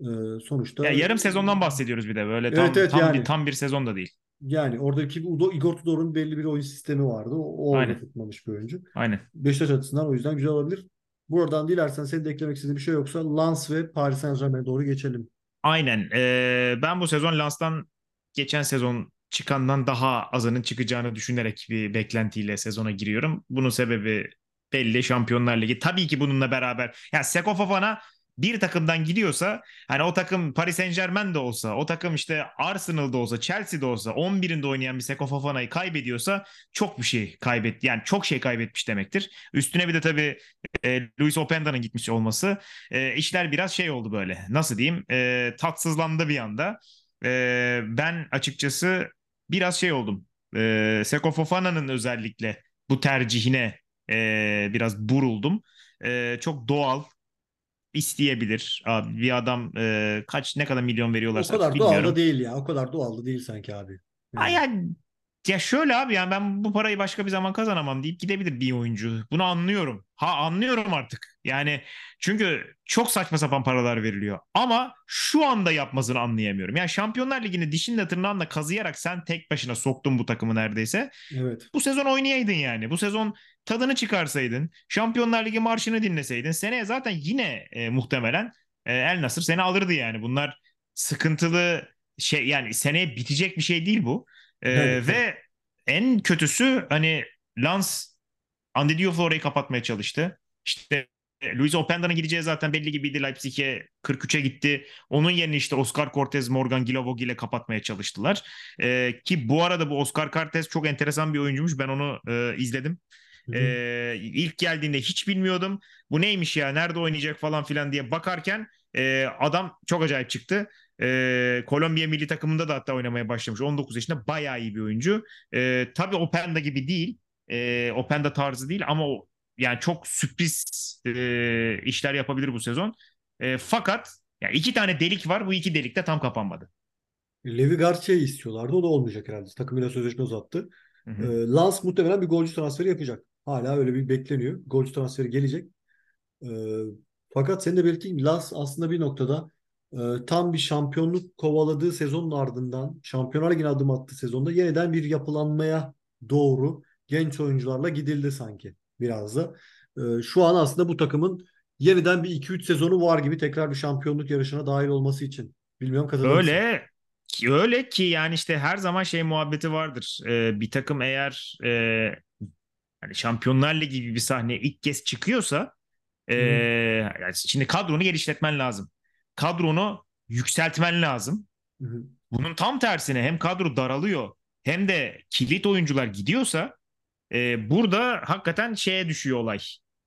Ya sonuçta yarım sezondan bahsediyoruz bir de, böyle evet, tam evet, tam bir yani tam bir sezon da değil. oradaki Igor Tudor'un belli bir oyun sistemi vardı. O orada Aynen. tutmamış bir oyuncu. Aynen. Beşiktaş açısından o yüzden güzel olabilir. Buradan dilersen senin de eklemek istediğin bir şey yoksa Lens ve Paris Saint-Germain'e doğru geçelim. Aynen. Ben bu sezon Lens'tan geçen sezon çıkandan daha azının çıkacağını düşünerek bir beklentiyle sezona giriyorum. Bunun sebebi belli, Şampiyonlar Ligi. Tabii ki bununla beraber, ya Seko Fofana bir takımdan gidiyorsa, hani o takım Paris Saint-Germain de olsa, o takım işte Arsenal'da olsa, Chelsea'de olsa, 11'inde oynayan bir Seko Fofana'yı kaybediyorsa çok bir şey yani çok şey kaybetmiş demektir. Üstüne bir de tabii Luis Openda'nın gitmiş olması, işler biraz şey oldu böyle. Nasıl diyeyim? Tatsızlandı bir anda. Ben açıkçası biraz şey oldum. Seko Fofana'nın özellikle bu tercihine biraz buruldum. Çok doğal, isteyebilir. Abi, bir adam ne kadar milyon O veriyorlarsa artık kadar doğal da bilmiyorum. değil ya. O kadar doğal da değil sanki abi. Ha Yani yani Ya şöyle abi, yani ben bu parayı başka bir zaman kazanamam deyip gidebilir bir oyuncu. Bunu anlıyorum. Ha, anlıyorum artık. Yani çünkü çok saçma sapan paralar veriliyor. Ama şu anda yapmasını anlayamıyorum. Yani Şampiyonlar Ligi'ni dişinle tırnağınla kazıyarak sen tek başına soktun bu takımı neredeyse. Evet. Bu sezon oynayaydın yani. Bu sezon tadını çıkarsaydın. Şampiyonlar Ligi marşını dinleseydin. Seneye zaten yine muhtemelen El Nasır seni alırdı yani. Bunlar sıkıntılı şey, yani seneye bitecek bir şey değil bu. Yani tabii. Ve en kötüsü hani Lance Andy Diouf'la orayı kapatmaya çalıştı. İşte Luis Openda'nın gideceği zaten belli gibiydi. Leipzig'e 43'e gitti. Onun yerine işte Oscar Cortez, Morgan Guilavogui ile kapatmaya çalıştılar. Ki bu arada bu Oscar Cortez çok enteresan bir oyuncumuş. Ben onu izledim. Hı hı. İlk geldiğinde hiç bilmiyordum. Bu neymiş ya, nerede oynayacak falan filan diye bakarken adam çok acayip çıktı. Kolombiya milli takımında da hatta oynamaya başlamış. 19 yaşında, bayağı iyi bir oyuncu. Tabii Openda gibi değil. Openda tarzı değil ama o, yani çok sürpriz işler yapabilir bu sezon. Fakat yani iki tane delik var. Bu iki delik de tam kapanmadı. Levi Garcia'yı istiyorlardı. O da olmayacak herhalde. Takımıyla sözleşme uzattı. Hı hı. Lens muhtemelen bir golcü transferi yapacak. Hala öyle bir bekleniyor. Golcü transferi gelecek. Ee, Fakat senin de belirttiğin gibi Lens aslında bir noktada tam bir şampiyonluk kovaladığı sezonun ardından Şampiyonlar Ligi'ne adım attığı sezonda yeniden bir yapılanmaya doğru genç oyuncularla gidildi sanki biraz da. Şu an aslında bu takımın yeniden bir iki üç sezonu var gibi tekrar bir şampiyonluk yarışına dahil olması için. Bilmiyorum, katılır mısın? Öyle ki yani işte her zaman şey muhabbeti vardır. Bir takım eğer hani Şampiyonlar Ligi gibi bir sahneye ilk kez çıkıyorsa Hı hı, yani şimdi kadronu geliştirmen lazım. Kadronu yükseltmen lazım. hı hı. Bunun tam tersine hem kadro daralıyor hem de kilit oyuncular gidiyorsa burada hakikaten şeye düşüyor olay.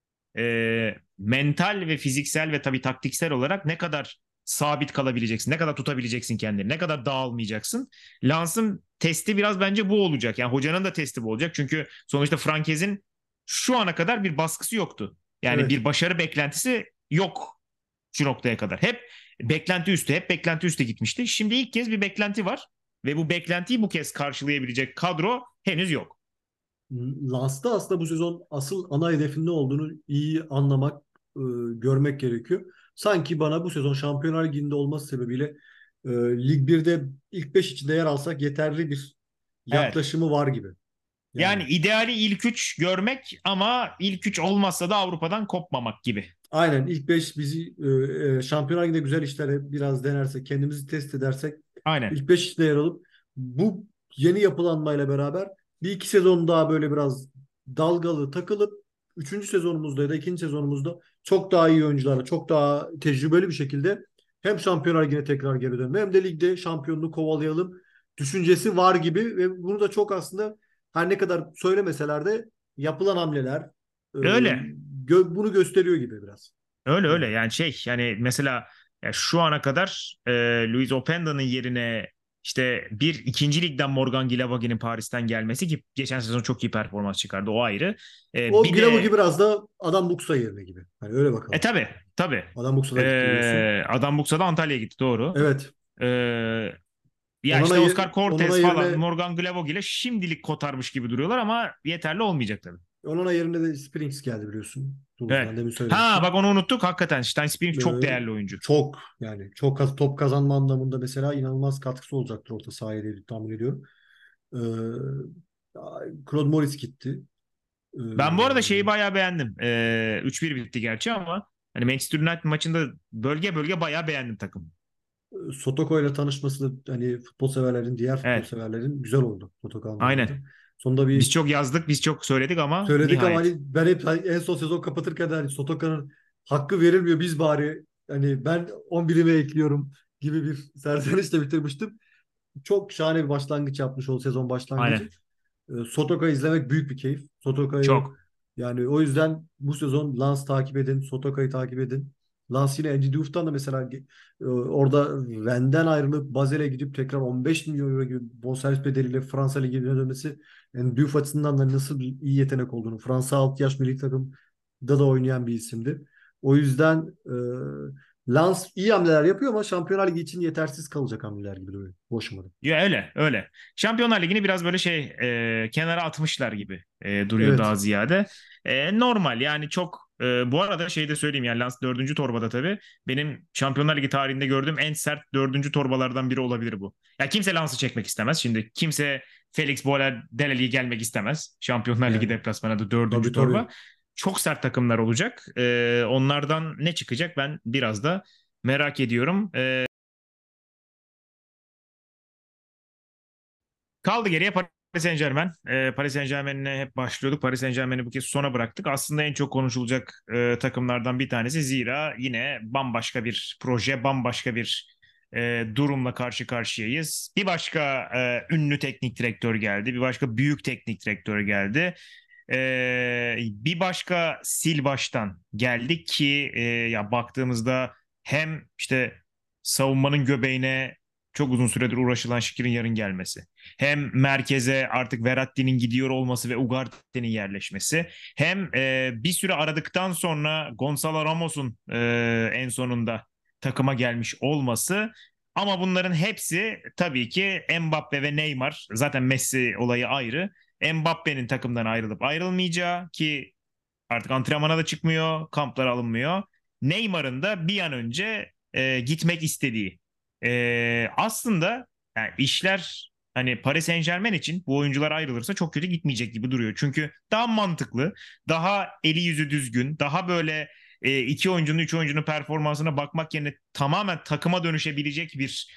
Mental ve fiziksel ve tabii taktiksel olarak ne kadar sabit kalabileceksin, ne kadar tutabileceksin kendini, ne kadar dağılmayacaksın. Lans'ın testi biraz bence bu olacak. Yani hocanın da testi bu olacak. Çünkü sonuçta Frankez'in şu ana kadar bir baskısı yoktu. Yani Evet. bir başarı beklentisi yok şu noktaya kadar. Hep beklenti üstü, hep beklenti üstü gitmişti. Şimdi ilk kez bir beklenti var ve bu beklentiyi bu kez karşılayabilecek kadro henüz yok. Lans'ta aslında bu sezon asıl ana hedefin ne olduğunu iyi anlamak, e, görmek gerekiyor. Sanki bana bu sezon Şampiyonlar Ligi'nde olması sebebiyle Lig 1'de ilk 5 içinde yer alsak yeterli bir Evet. yaklaşımı var gibi. Yani Yani ideali ilk üç görmek ama ilk üç olmazsa da Avrupa'dan kopmamak gibi. aynen ilk 5 bizi Şampiyonlar Ligi'nde güzel işlere biraz denersek, kendimizi test edersek Aynen. ilk 5 içinde yer alıp bu yeni yapılanmayla beraber bir iki sezon daha böyle biraz dalgalı takılıp üçüncü sezonumuzda ya da ikinci sezonumuzda çok daha iyi oyuncularla, çok daha tecrübeli bir şekilde hem Şampiyonlar Ligi'ne tekrar geri dönme hem de ligde şampiyonluğu kovalayalım düşüncesi var gibi ve bunu da çok aslında her ne kadar söylemeseler de yapılan hamleler e, Öyle. bunu gösteriyor gibi biraz. Öyle Yani. yani şey, yani mesela ya şu ana kadar Luis Openda'nın yerine işte bir ikinci ligden Morgan Guilavogüe'nin Paris'ten gelmesi, ki geçen sezon çok iyi performans çıkardı, o ayrı. O Bir Grabo gibi de biraz da Adam Buksa yerine gibi. Hani öyle bakalım. tabii tabii. Adam Buksa da gitti biliyorsun. Adam Buksa'da Antalya'ya gitti, doğru. Evet. E, Ya işte Oscar Onana Cortez falan yerine Morgan Guilavogui ile şimdilik kotarmış gibi duruyorlar ama yeterli olmayacak tabii. Onana yerine de Springs geldi biliyorsun. Evet. Toulouse'dan demin Ha bak, söylemiştim. onu unuttuk. Hakikaten Stein Springs çok Ee, değerli oyuncu. Çok yani çok top kazanma anlamında mesela inanılmaz katkısı olacaktır orta sahaya diye tahmin ediyorum. Ee, Claude Morris gitti. Ee, Ben bu arada şeyi bayağı beğendim. 3-1 bitti gerçi ama hani Manchester United maçında bölge bölge bayağı beğendim takım. Sotoko ile tanışması da hani futbol severlerin, diğer futbol Evet. severlerin güzel oldu Sotoko Aynen. anlamında. Sonunda Biz bir çok yazdık, biz çok söyledik ama söyledik ama nihayet. hani ben hep en son sezon kapatırken de hani Sotoka'nın hakkı verilmiyor biz bari hani ben 11'ime ekliyorum gibi bir serzenişle bitirmiştim. Çok şahane bir başlangıç yapmış o sezon Aynen. başlangıcı. Sotoka'yı izlemek büyük bir keyif. Sotoka'yı Çok. yani o yüzden bu sezon Lens takip edin, Sotoka'yı takip edin. Lens yine Eddie Diouf'tan da mesela orada Rennes'den ayrılıp Basel'e gidip tekrar 15 milyon euro gibi bonservis bedeliyle Fransa Ligi'ne dönmesi yani Diouf açısından da nasıl bir iyi yetenek olduğunu Fransa alt yaş milli takımda da oynayan bir isimdi. O yüzden Lens iyi hamleler yapıyor ama Şampiyonlar Ligi için yetersiz kalacak hamleler gibi duruyor. Boş mu? Ya öyle öyle. Şampiyonlar Ligi'ni biraz böyle kenara atmışlar gibi duruyor Evet. daha ziyade. Normal yani çok bu arada şey de söyleyeyim yani Lens dördüncü torbada tabii. Benim Şampiyonlar Ligi tarihinde gördüğüm en sert dördüncü torbalardan biri olabilir bu. Ya kimse Lens'ı çekmek istemez. Şimdi kimse Felix Boller Delali'ye gelmek istemez. Şampiyonlar Ligi Yani deplasmanı da dördüncü tabii torba. tabii. Çok sert takımlar olacak. Onlardan ne çıkacak ben biraz da merak ediyorum. Kaldı geriye Paris Saint-Germain. Paris Saint-Germain'le hep başlıyorduk. Paris Saint-Germain'i bu kez sona bıraktık. Aslında en çok konuşulacak takımlardan bir tanesi. Zira yine bambaşka bir proje, bambaşka bir durumla karşı karşıyayız. Bir başka ünlü teknik direktör geldi. Bir başka büyük teknik direktör geldi. Bir başka sil baştan geldi ki ya baktığımızda hem işte savunmanın göbeğine çok uzun süredir uğraşılan Şikir'in yarın gelmesi. Hem merkeze artık Verratti'nin gidiyor olması ve Ugarte'nin yerleşmesi. Hem bir süre aradıktan sonra Gonzalo Ramos'un en sonunda takıma gelmiş olması. Ama bunların hepsi tabii ki Mbappe ve Neymar. Zaten Messi olayı ayrı. Mbappe'nin takımdan ayrılıp ayrılmayacağı ki artık antrenmana da çıkmıyor, kamplara alınmıyor. Neymar'ın da bir an önce gitmek istediği. Aslında yani işler hani Paris Saint-Germain için bu oyuncular ayrılırsa çok kötü gitmeyecek gibi duruyor. Çünkü daha mantıklı, daha eli yüzü düzgün, daha böyle iki oyuncunun, üç oyuncunun performansına bakmak yerine tamamen takıma dönüşebilecek bir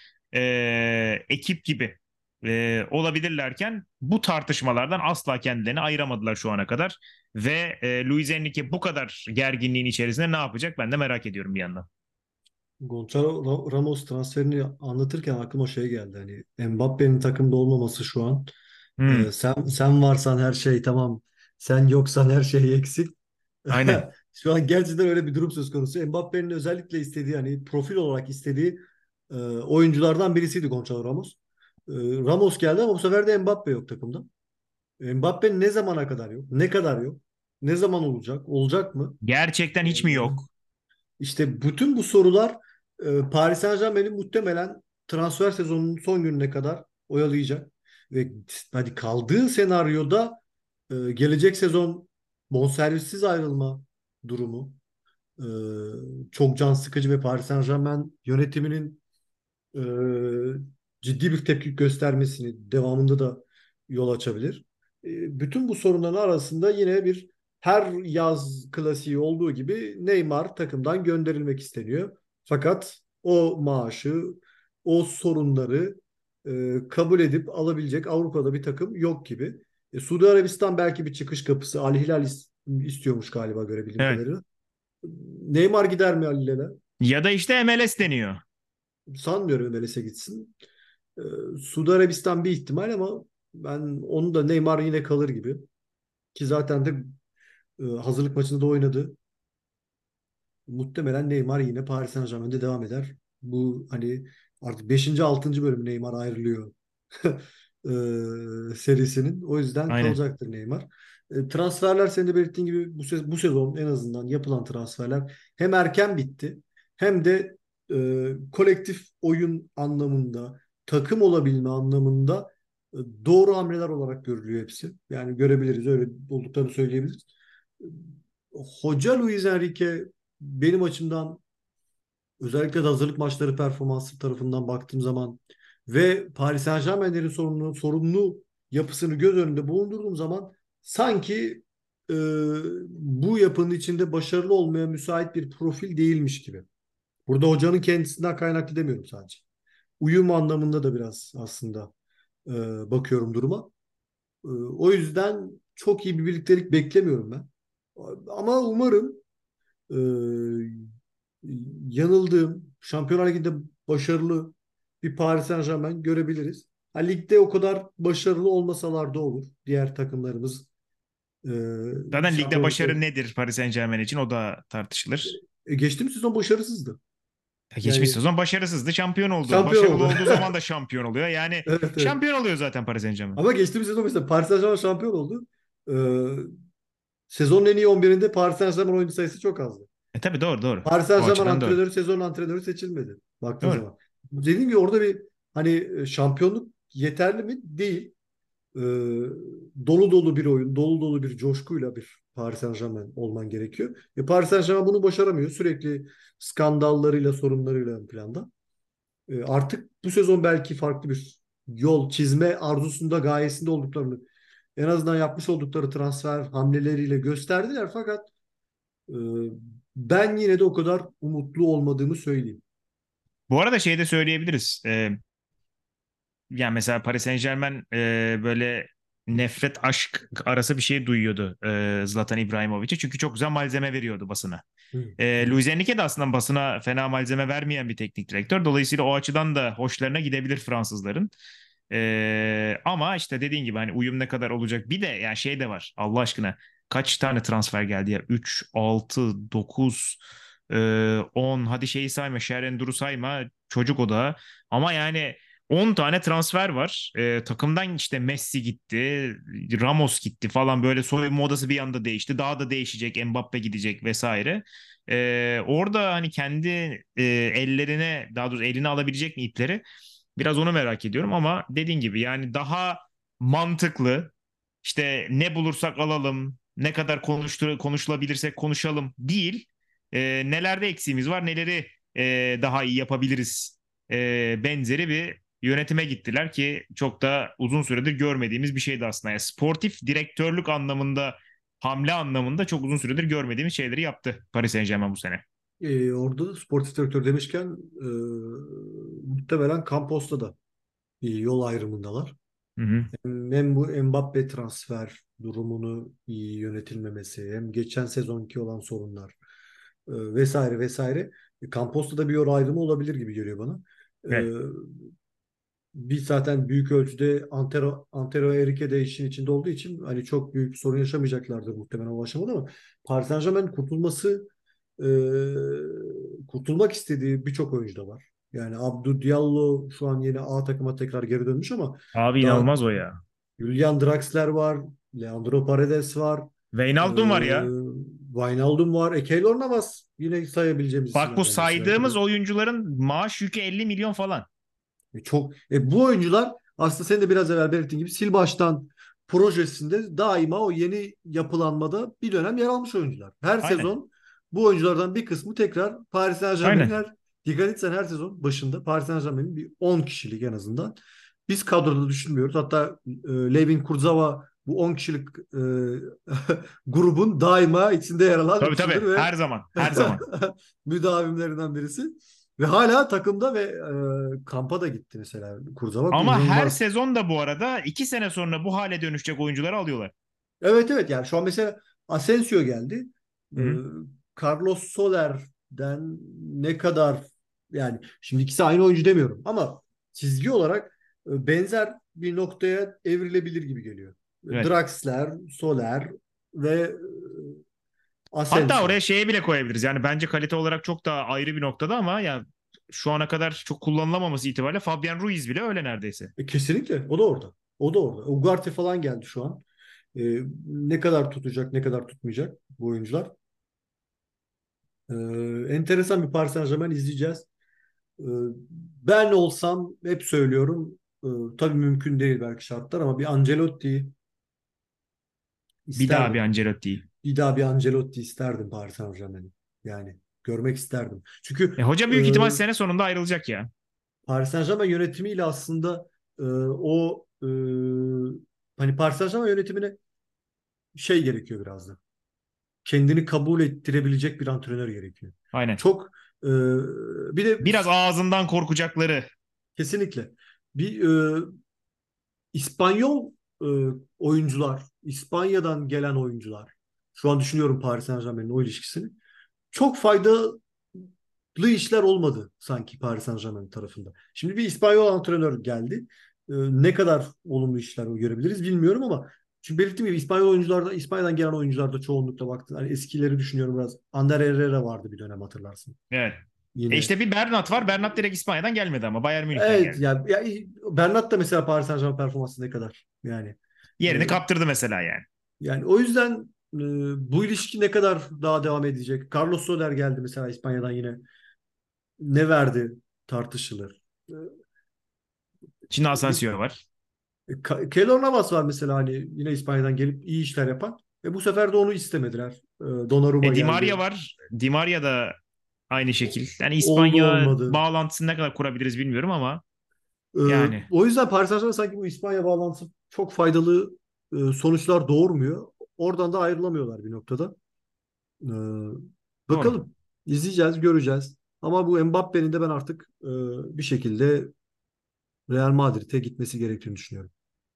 ekip gibi olabilirlerken bu tartışmalardan asla kendilerini ayıramadılar şu ana kadar. Ve Luis Enrique bu kadar gerginliğin içerisinde ne yapacak ben de merak ediyorum bir yandan. Gonçalo Ramos transferini anlatırken aklıma şey geldi. Hani Mbappe'nin takımda olmaması şu an. Hmm, Sen varsan her şey tamam. Sen yoksan her şey eksik. aynen. Şu an gerçekten öyle bir durum söz konusu. Mbappe'nin özellikle istediği hani profil olarak istediği oyunculardan birisiydi Gonçalo Ramos. Ramos geldi ama bu sefer de Mbappe yok takımda. Mbappe ne zamana kadar yok? Ne kadar yok? Ne zaman olacak? Olacak mı? Gerçekten Ee, hiç mi yok? İşte bütün bu sorular Paris Saint-Germain'i muhtemelen transfer sezonunun son gününe kadar oyalayacak. Ve hadi kaldığı senaryoda gelecek sezon bonservissiz ayrılma durumu e, çok can sıkıcı ve Paris Saint-Germain yönetiminin e, ciddi bir tepki göstermesini devamında da yol açabilir. Bütün bu sorunların arasında yine bir her yaz klasiği olduğu gibi Neymar takımdan gönderilmek isteniyor. Fakat o maaşı, o sorunları kabul edip alabilecek Avrupa'da bir takım yok gibi. Suudi Arabistan belki bir çıkış kapısı. Al Hilal istiyormuş galiba görebildiğim Evet. kadarıyla. Neymar gider mi Al Hilal'e? Ya da işte MLS deniyor. Sanmıyorum MLS'e gitsin. Suudi Arabistan bir ihtimal ama ben onu da Neymar yine kalır gibi. Ki zaten de hazırlık maçında da oynadı. Muhtemelen Neymar yine Paris Saint-Germain'de devam eder. Bu hani artık beşinci 6. bölüm Neymar ayrılıyor serisinin. O yüzden Aynen. kalacaktır Neymar. Transferler senin de belirttiğin gibi bu sezon en azından yapılan transferler hem erken bitti hem de kolektif oyun anlamında, takım olabilme anlamında doğru hamleler olarak görülüyor hepsi. Yani görebiliriz, öyle olduklarını söyleyebiliriz. Hoca Luis Enrique benim açımdan özellikle de hazırlık maçları performansı tarafından baktığım zaman ve Paris Saint-Germain'lerin sorunlu yapısını göz önünde bulundurduğum zaman sanki e, bu yapının içinde başarılı olmaya müsait bir profil değilmiş gibi. Burada hocanın kendisinden kaynaklı demiyorum sadece. Uyum anlamında da biraz aslında e, bakıyorum duruma. O yüzden çok iyi bir birliktelik beklemiyorum ben. Ama umarım e, yanıldığım Şampiyonlar Ligi'nde başarılı bir Paris Saint-Germain görebiliriz. Ha, ligde o kadar başarılı olmasalar da olur. Diğer takımlarımız Zaten ligde Şampiyonlar başarı Ligi'nde nedir Paris Saint-Germain için o da tartışılır. geçtiğimiz sezon başarısızdı. Geçmiş Yani sezon başarısızdı, şampiyon oldu. şampiyon Başarılı oldu. olduğu zaman da şampiyon oluyor. Yani Evet, evet. şampiyon oluyor zaten Paris Saint-Germain. Ama geçtiğimiz sezon mesela Paris Saint-Germain şampiyon oldu. Sezonun en iyi 11'inde Paris Saint-Germain oyuncu sayısı çok azdı. Tabii, doğru doğru. Paris O Saint-Germain açıdan doğru. antrenörü sezon antrenörü seçilmedi baktığın Doğru. zaman. Dediğim gibi orada bir hani şampiyonluk yeterli mi? Değil. Ee, dolu dolu bir oyun, dolu dolu bir coşkuyla bir Paris Saint-Germain olman gerekiyor. Paris Saint-Germain bunu başaramıyor. Sürekli skandallarıyla, sorunlarıyla ön planda. Artık bu sezon belki farklı bir yol çizme arzusunda, gayesinde olduklarını en azından yapmış oldukları transfer hamleleriyle gösterdiler. Fakat e, ben yine de o kadar umutlu olmadığımı söyleyeyim. Bu arada şey de söyleyebiliriz. Yani mesela Paris Saint-Germain böyle nefret aşk arası bir şey duyuyordu Zlatan İbrahimovic'e. Çünkü çok güzel malzeme veriyordu basına. Hı, hı. Luis Enrique de aslında basına fena malzeme vermeyen bir teknik direktör. Dolayısıyla o açıdan da hoşlarına gidebilir Fransızların. Ama işte dediğin gibi hani uyum ne kadar olacak. Bir de yani şey de var Allah aşkına. Kaç tane transfer geldi ya? 3, 6, 9, 10. Hadi şeyi sayma. Şerendur'u sayma. Çocuk o da. Ama yani 10 tane transfer var. Takımdan işte Messi gitti, Ramos gitti falan, böyle soyunma odası bir anda değişti. Daha da değişecek, Mbappe gidecek vesaire. Orada hani kendi ellerine, daha doğrusu eline alabilecek mi ipleri? Biraz onu merak ediyorum ama dediğin gibi yani daha mantıklı, işte ne bulursak alalım, ne kadar konuşulabilirsek konuşalım değil. Nelerde eksiğimiz var, neleri daha iyi yapabiliriz benzeri bir yönetime gittiler ki çok da uzun süredir görmediğimiz bir şeydi aslında. Yani sportif direktörlük anlamında, hamle anlamında çok uzun süredir görmediğimiz şeyleri yaptı Paris Saint-Germain bu sene. Orada sportif direktör demişken muhtemelen Campos'ta da bir yol ayrımındalar. Hı hı. Hem bu Mbappe transfer durumunu iyi yönetilmemesi, hem geçen sezonki olan sorunlar vesaire vesaire. Campos'ta da bir yol ayrımı olabilir gibi geliyor bana. E, Evet. Bir zaten büyük ölçüde Antero Henrique de işin içinde olduğu için hani çok büyük sorun yaşamayacaklardır muhtemelen o aşamada ama Paris Saint-Germain e, kurtulmak istediği birçok oyuncu da var. Yani Abdou Diallo şu an yeni A takıma tekrar geri dönmüş ama Abi daha inanılmaz o ya. Julian Draxler var, Leandro Paredes var, e, Wijnaldum var ya. Wijnaldum var, Keylor Navas yine sayabileceğimiz Bak bu isimlerden birisi belki de. saydığımız oyuncuların maaş yükü 50 milyon falan. Çok bu oyuncular aslında senin de biraz evvel belirttiğin gibi sil baştan projesinde daima o yeni yapılanmada bir dönem yer almış oyuncular. Her Aynen. sezon bu oyunculardan bir kısmı tekrar Paris Saint-Germain'in Aynen. dikkat etsen her sezon başında Paris Saint-Germain'in bir 10 kişilik en azından biz kadroda düşünmüyoruz. Hatta Levin Kurzawa bu 10 kişilik grubun daima içinde yer alan Tabii 3 tabii. yıldır ve Her zaman. Her zaman. müdavimlerinden birisi. Ve hala takımda ve kampa da gitti mesela. Kurzawa Ama her inanılmaz. sezon da bu arada 2 sene sonra bu hale dönüşecek oyuncuları alıyorlar. Evet evet yani şu an mesela Asensio geldi. E, Hı hı. Carlos Soler'den ne kadar yani şimdi ikisi aynı oyuncu demiyorum ama çizgi olarak benzer bir noktaya evrilebilir gibi geliyor. Evet. Draxler, Soler ve Hatta Asensio. oraya şeye bile koyabiliriz. Yani bence kalite olarak çok daha ayrı bir noktada ama ya şu ana kadar çok kullanılamaması itibariyle Fabian Ruiz bile öyle neredeyse. Kesinlikle o da orada. O da orada. Ugarte falan geldi şu an. Ne kadar tutacak, ne kadar tutmayacak bu oyuncular. Ee, Enteresan bir Paris Saint-Germain izleyeceğiz. Ee, Ben olsam hep söylüyorum. Tabii mümkün değil belki şartlar ama bir Ancelotti Bir daha bir isterdim. Ancelotti. Bir daha bir Ancelotti isterdim Paris Saint-Germain'i. Yani görmek isterdim. Çünkü Hoca büyük ihtimal sene sonunda ayrılacak ya. Paris Saint-Germain yönetimiyle aslında o hani Paris Saint-Germain yönetimine şey gerekiyor biraz da. Kendini kabul ettirebilecek bir antrenör gerekiyor. Aynen. Çok e, bir de Biraz ağzından korkacakları. kesinlikle bir İspanyol e, oyuncular, İspanya'dan gelen oyuncular. Şu an düşünüyorum Paris Saint-Germain'in o ilişkisini. Çok faydalı işler olmadı sanki Paris Saint-Germain tarafında. Şimdi bir İspanyol antrenör geldi. Ne kadar olumlu işler görebiliriz bilmiyorum ama çünkü belirttiğim gibi İspanyol oyuncularda, İspanya'dan gelen oyuncularda çoğunlukla baktın. Hani eskileri düşünüyorum biraz. Ander Herrera vardı bir dönem hatırlarsın. Evet. Yine. İşte bir Bernat var. Bernat direkt İspanya'dan gelmedi ama Bayern Münih'ten Evet geldi. ya Bernat da mesela Paris Saint-Germain performansı ne kadar yani. Yerini Ee, kaptırdı mesela yani. Yani o yüzden Bu ilişki ne kadar daha devam edecek? Carlos Soler geldi mesela İspanya'dan yine. Ne verdi tartışılır. Şimdi Bir Asensio var. Keylor Navas var mesela hani yine İspanya'dan gelip iyi işler yapan. Bu sefer de onu istemediler. Donnarumma Di Maria geldi. var. Di Maria da aynı şekil. Yani Oldu İspanya olmadı. bağlantısını ne kadar kurabiliriz bilmiyorum ama Ee, yani O yüzden Paris Saint-Germain sanki bu İspanya bağlantısı çok faydalı sonuçlar doğurmuyor. Oradan da ayrılamıyorlar bir noktada. Ee, doğru. Bakalım. İzleyeceğiz, göreceğiz. Ama bu Mbappe'nin de ben artık bir şekilde Real Madrid'e gitmesi gerektiğini düşünüyorum.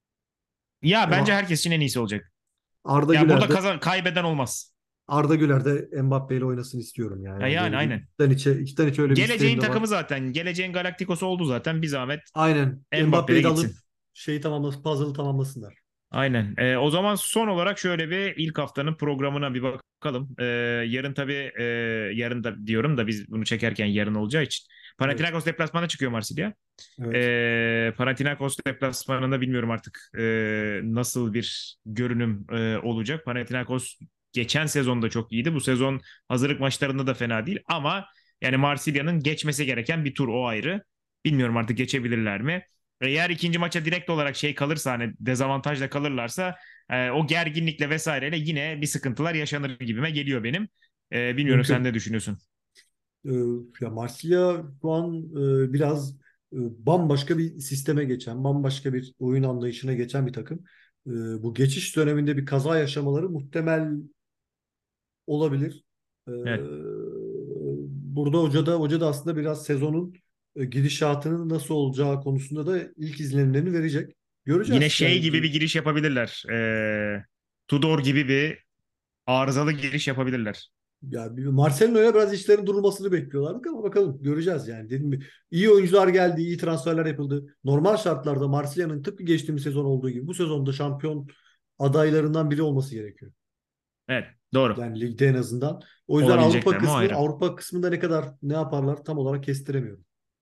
Ya Hem bence herkes için en iyisi olacak. Arda Ya burada Güler de kaybeden olmaz. Mbappe ile oynasın istiyorum yani. Ya Yani yani böyle bir aynen. içten içe öyle bir isteğim Geleceğin de var. takımı zaten. Geleceğin Galacticos'u oldu zaten. Bir zahmet Aynen. Mbappe Mbappe'yi de de alıp gitsin. puzzle'ı tamamlasınlar. Aynen. O zaman son olarak şöyle bir ilk haftanın programına bir bakalım. Yarın tabii yarın da diyorum da biz bunu çekerken yarın olacağı için. Evet. Panathinaikos deplasmana çıkıyor Marsilya. Evet. Panathinaikos deplasmanında bilmiyorum artık nasıl bir görünüm olacak. Panathinaikos geçen sezonda çok iyiydi. Bu sezon hazırlık maçlarında da fena değil ama yani Marsilya'nın geçmesi gereken bir tur o ayrı. Bilmiyorum artık geçebilirler mi? Eğer ikinci maça direkt olarak şey kalırsa hani dezavantajla kalırlarsa o gerginlikle vesaireyle yine bir sıkıntılar yaşanır gibime geliyor benim. Bilmiyorum sen Mümkün. ne düşünüyorsun? Ee, Ya Marsilya şu an biraz bambaşka bir sisteme geçen, bambaşka bir oyun anlayışına geçen bir takım. Bu geçiş döneminde bir kaza yaşamaları muhtemel olabilir. Ee, Evet. Burada hoca da aslında biraz sezonun gidişatının nasıl olacağı konusunda da ilk izlenimlerini verecek. Yine Göreceğiz. şey Yani gibi bir giriş yapabilirler. Tudor gibi bir arızalı giriş yapabilirler. ya Marcelino'ya biraz işlerin durulmasını bekliyorduk ama bakalım göreceğiz yani. Dediğim gibi iyi oyuncular geldi, iyi transferler yapıldı. Normal şartlarda Marsilya'nın tıpkı geçtiğimiz sezon olduğu gibi bu sezonda şampiyon adaylarından biri olması gerekiyor. Evet, doğru. Yani ligde en azından. O yüzden Olabilecekler mi o ayrı. Avrupa kısmında ne yaparlar tam olarak kestiremiyorum.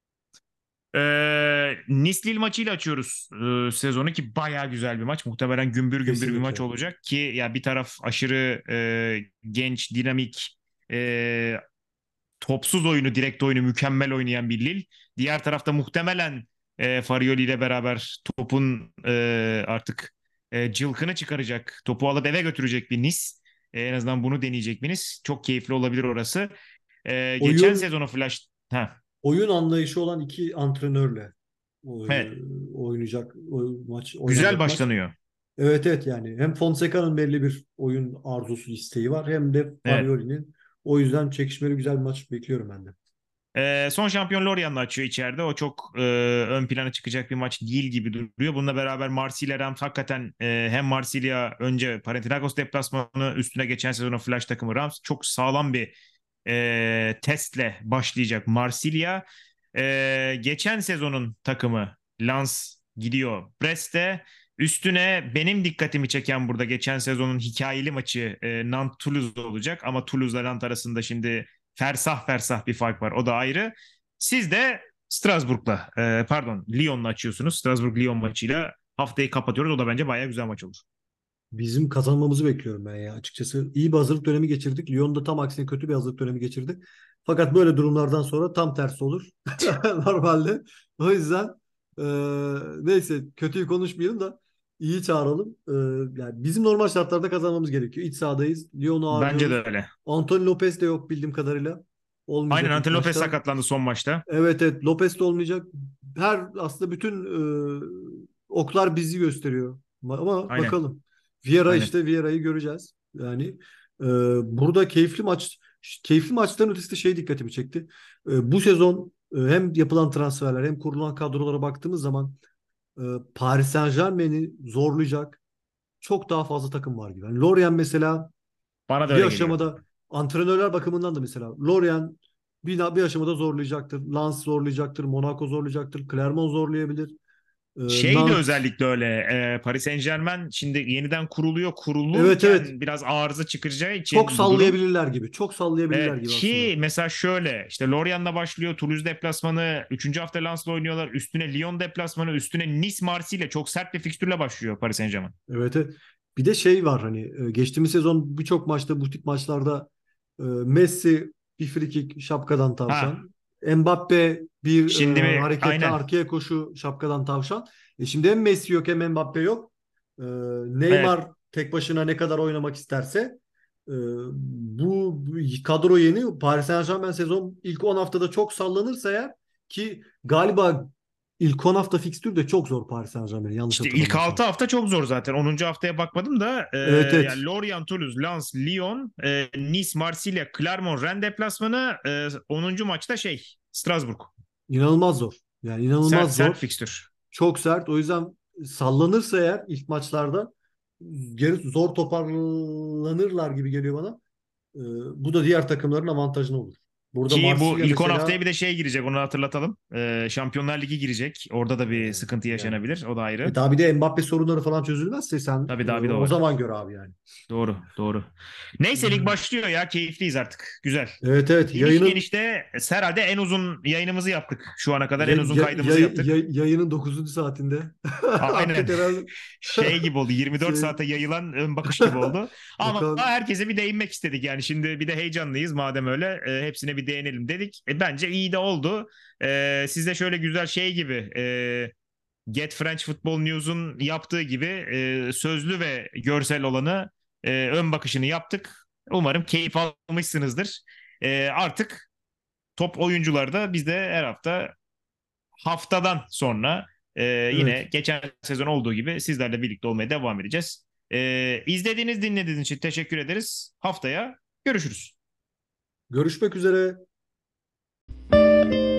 Nice-Lille maçıyla açıyoruz sezonu ki baya güzel bir maç. Muhtemelen gümbür gümbür bir maç Kesinlikle. olacak ki ya bir taraf aşırı genç, dinamik, e, topsuz oyunu, direkt oyunu mükemmel oynayan bir Lille. Diğer tarafta muhtemelen Farioli ile beraber topun artık cılkını çıkaracak, topu alıp eve götürecek bir Nice. En azından bunu deneyecek bir Nice. Çok keyifli olabilir orası. Geçen Oyun sezonu Flash... Ha, oyun anlayışı olan iki antrenörle evet. Güzel oynanacak maç. başlanıyor. Evet evet yani hem Fonseca'nın belli bir oyun arzusu isteği var hem de Evet. Farioli'nin. O yüzden çekişmeli güzel bir maç bekliyorum ben de. Son şampiyon Lorient'le açıyor içeride. O çok ön plana çıkacak bir maç değil gibi duruyor. Bununla beraber Marsilya Rams hakikaten hem Marsilya önce Panathinaikos deplasmanı üstüne geçen sezonun flash takımı Rams çok sağlam bir testle başlayacak Marsilya. Geçen sezonun takımı Lens gidiyor Brest'e. Üstüne benim dikkatimi çeken burada geçen sezonun hikayeli maçı Nantes-Toulouse olacak. Ama Toulouse'la Nantes arasında şimdi fersah fersah bir fark var. O da ayrı. Siz de Strasbourg'la pardon Lyon'la açıyorsunuz. Strasbourg-Lyon maçıyla haftayı kapatıyoruz. O da bence bayağı güzel maç olur. Bizim kazanmamızı bekliyorum ben ya açıkçası. İyi bir hazırlık dönemi geçirdik. Lyon da tam aksine kötü bir hazırlık dönemi geçirdi. Fakat böyle durumlardan sonra tam tersi olur. Normalde. O yüzden neyse kötüyü konuşmayalım da iyi çağıralım. Yani bizim normal şartlarda kazanmamız gerekiyor. İç sahadayız. Lyon'u Bence de ağırlıyoruz. öyle. Anthony Lopez de yok bildiğim kadarıyla. Aynen Olmayacak ilk Anthony Lopez maçta. sakatlandı son maçta. Evet evet Lopez de olmayacak. Aslında bütün oklar bizi gösteriyor. Ama Aynen. bakalım. Aynen. Vieira'yı göreceğiz. Yani e, burada keyifli maçların ötesinde şey dikkatimi çekti. Bu sezon hem yapılan transferler hem kurulan kadrolara baktığımız zaman e, Paris Saint-Germain'i zorlayacak çok daha fazla takım var gibi. Yani Lorient mesela Bana da bir öyle geliyor. aşamada antrenörler bakımından da mesela Lorient bir aşamada zorlayacaktır. Lens zorlayacaktır. Monaco zorlayacaktır. Clermont zorlayabilir. Şey de Nantes. özellikle öyle. Paris Saint-Germain şimdi yeniden kuruluyor. Evet evet. Kurulurken biraz arıza çıkaracağı Çok için bu durum. sallayabilirler gibi. Çok sallayabilirler Evet gibi aslında. ki mesela şöyle işte Lorient'la başlıyor. Toulouse deplasmanı. Üçüncü hafta Lens'la oynuyorlar. Üstüne Lyon deplasmanı. Üstüne Nice Marsilya. Çok sert bir fikstürle başlıyor Paris Saint-Germain. Evet, evet. Bir de şey var hani geçtiğimiz sezon birçok maçta bu tip maçlarda Messi bir frikik şapkadan Ha, tavşan. Mbappe bir şimdi mi? harekette Aynen. arkaya koşu şapkadan tavşan. Şimdi hem Messi yok hem Mbappe yok. E, Evet. Neymar tek başına ne kadar oynamak isterse bu kadro yeni. Paris Saint-Germain sezon ilk 10 haftada çok sallanırsa eğer, ki galiba ilk 10 hafta fikstür de çok zor Paris Saint-Germain yanlış İşte ilk 6 hatırlamıyorsam. hafta çok zor zaten. 10. haftaya bakmadım da Evet, evet. yani Lorient, Toulouse, Lens, Lyon, Nice, Marsilya, Clermont, Rennes deplasmanı, 10. maçta Strasbourg. İnanılmaz zor. Yani Sert inanılmaz sert zor. fikstür. Çok sert. O yüzden sallanırsa eğer ilk maçlarda geri zor toparlanırlar gibi geliyor bana. Ee, Bu da diğer takımların avantajına olur. Burada Ki bu Marsilya ilk 10 haftaya bir mesela de girecek, onu hatırlatalım. Şampiyonlar Ligi girecek. Orada da bir sıkıntı yani yaşanabilir. O da ayrı. daha bir de Mbappe sorunları falan çözülmezse sen Tabii daha bir de o o var. zaman gör abi yani. Doğru, doğru. Neyse lig başlıyor ya. Keyifliyiz artık. Güzel. Evet, evet, Geniş yayının geniş de herhalde en uzun yayınımızı yaptık. Şu ana kadar en uzun kaydımızı yaptık. yayının 9. saatinde Aynen. artık herhalde Şey gibi oldu. 24 şey saate yayılan ön bakış gibi oldu. Ama Okan, herkese bir değinmek istedik. Yani şimdi bir de heyecanlıyız madem öyle. Hepsine bir değinelim dedik. Bence iyi de oldu. Siz de şöyle güzel gibi Get French Football News'un yaptığı gibi sözlü ve görsel olanı ön bakışını yaptık. Umarım keyif almışsınızdır. Artık top oyuncularda biz de her haftadan sonra evet, yine geçen sezon olduğu gibi sizlerle birlikte olmaya devam edeceğiz. İzlediğiniz, dinlediğiniz için teşekkür ederiz. Haftaya görüşürüz. görüşmek üzere.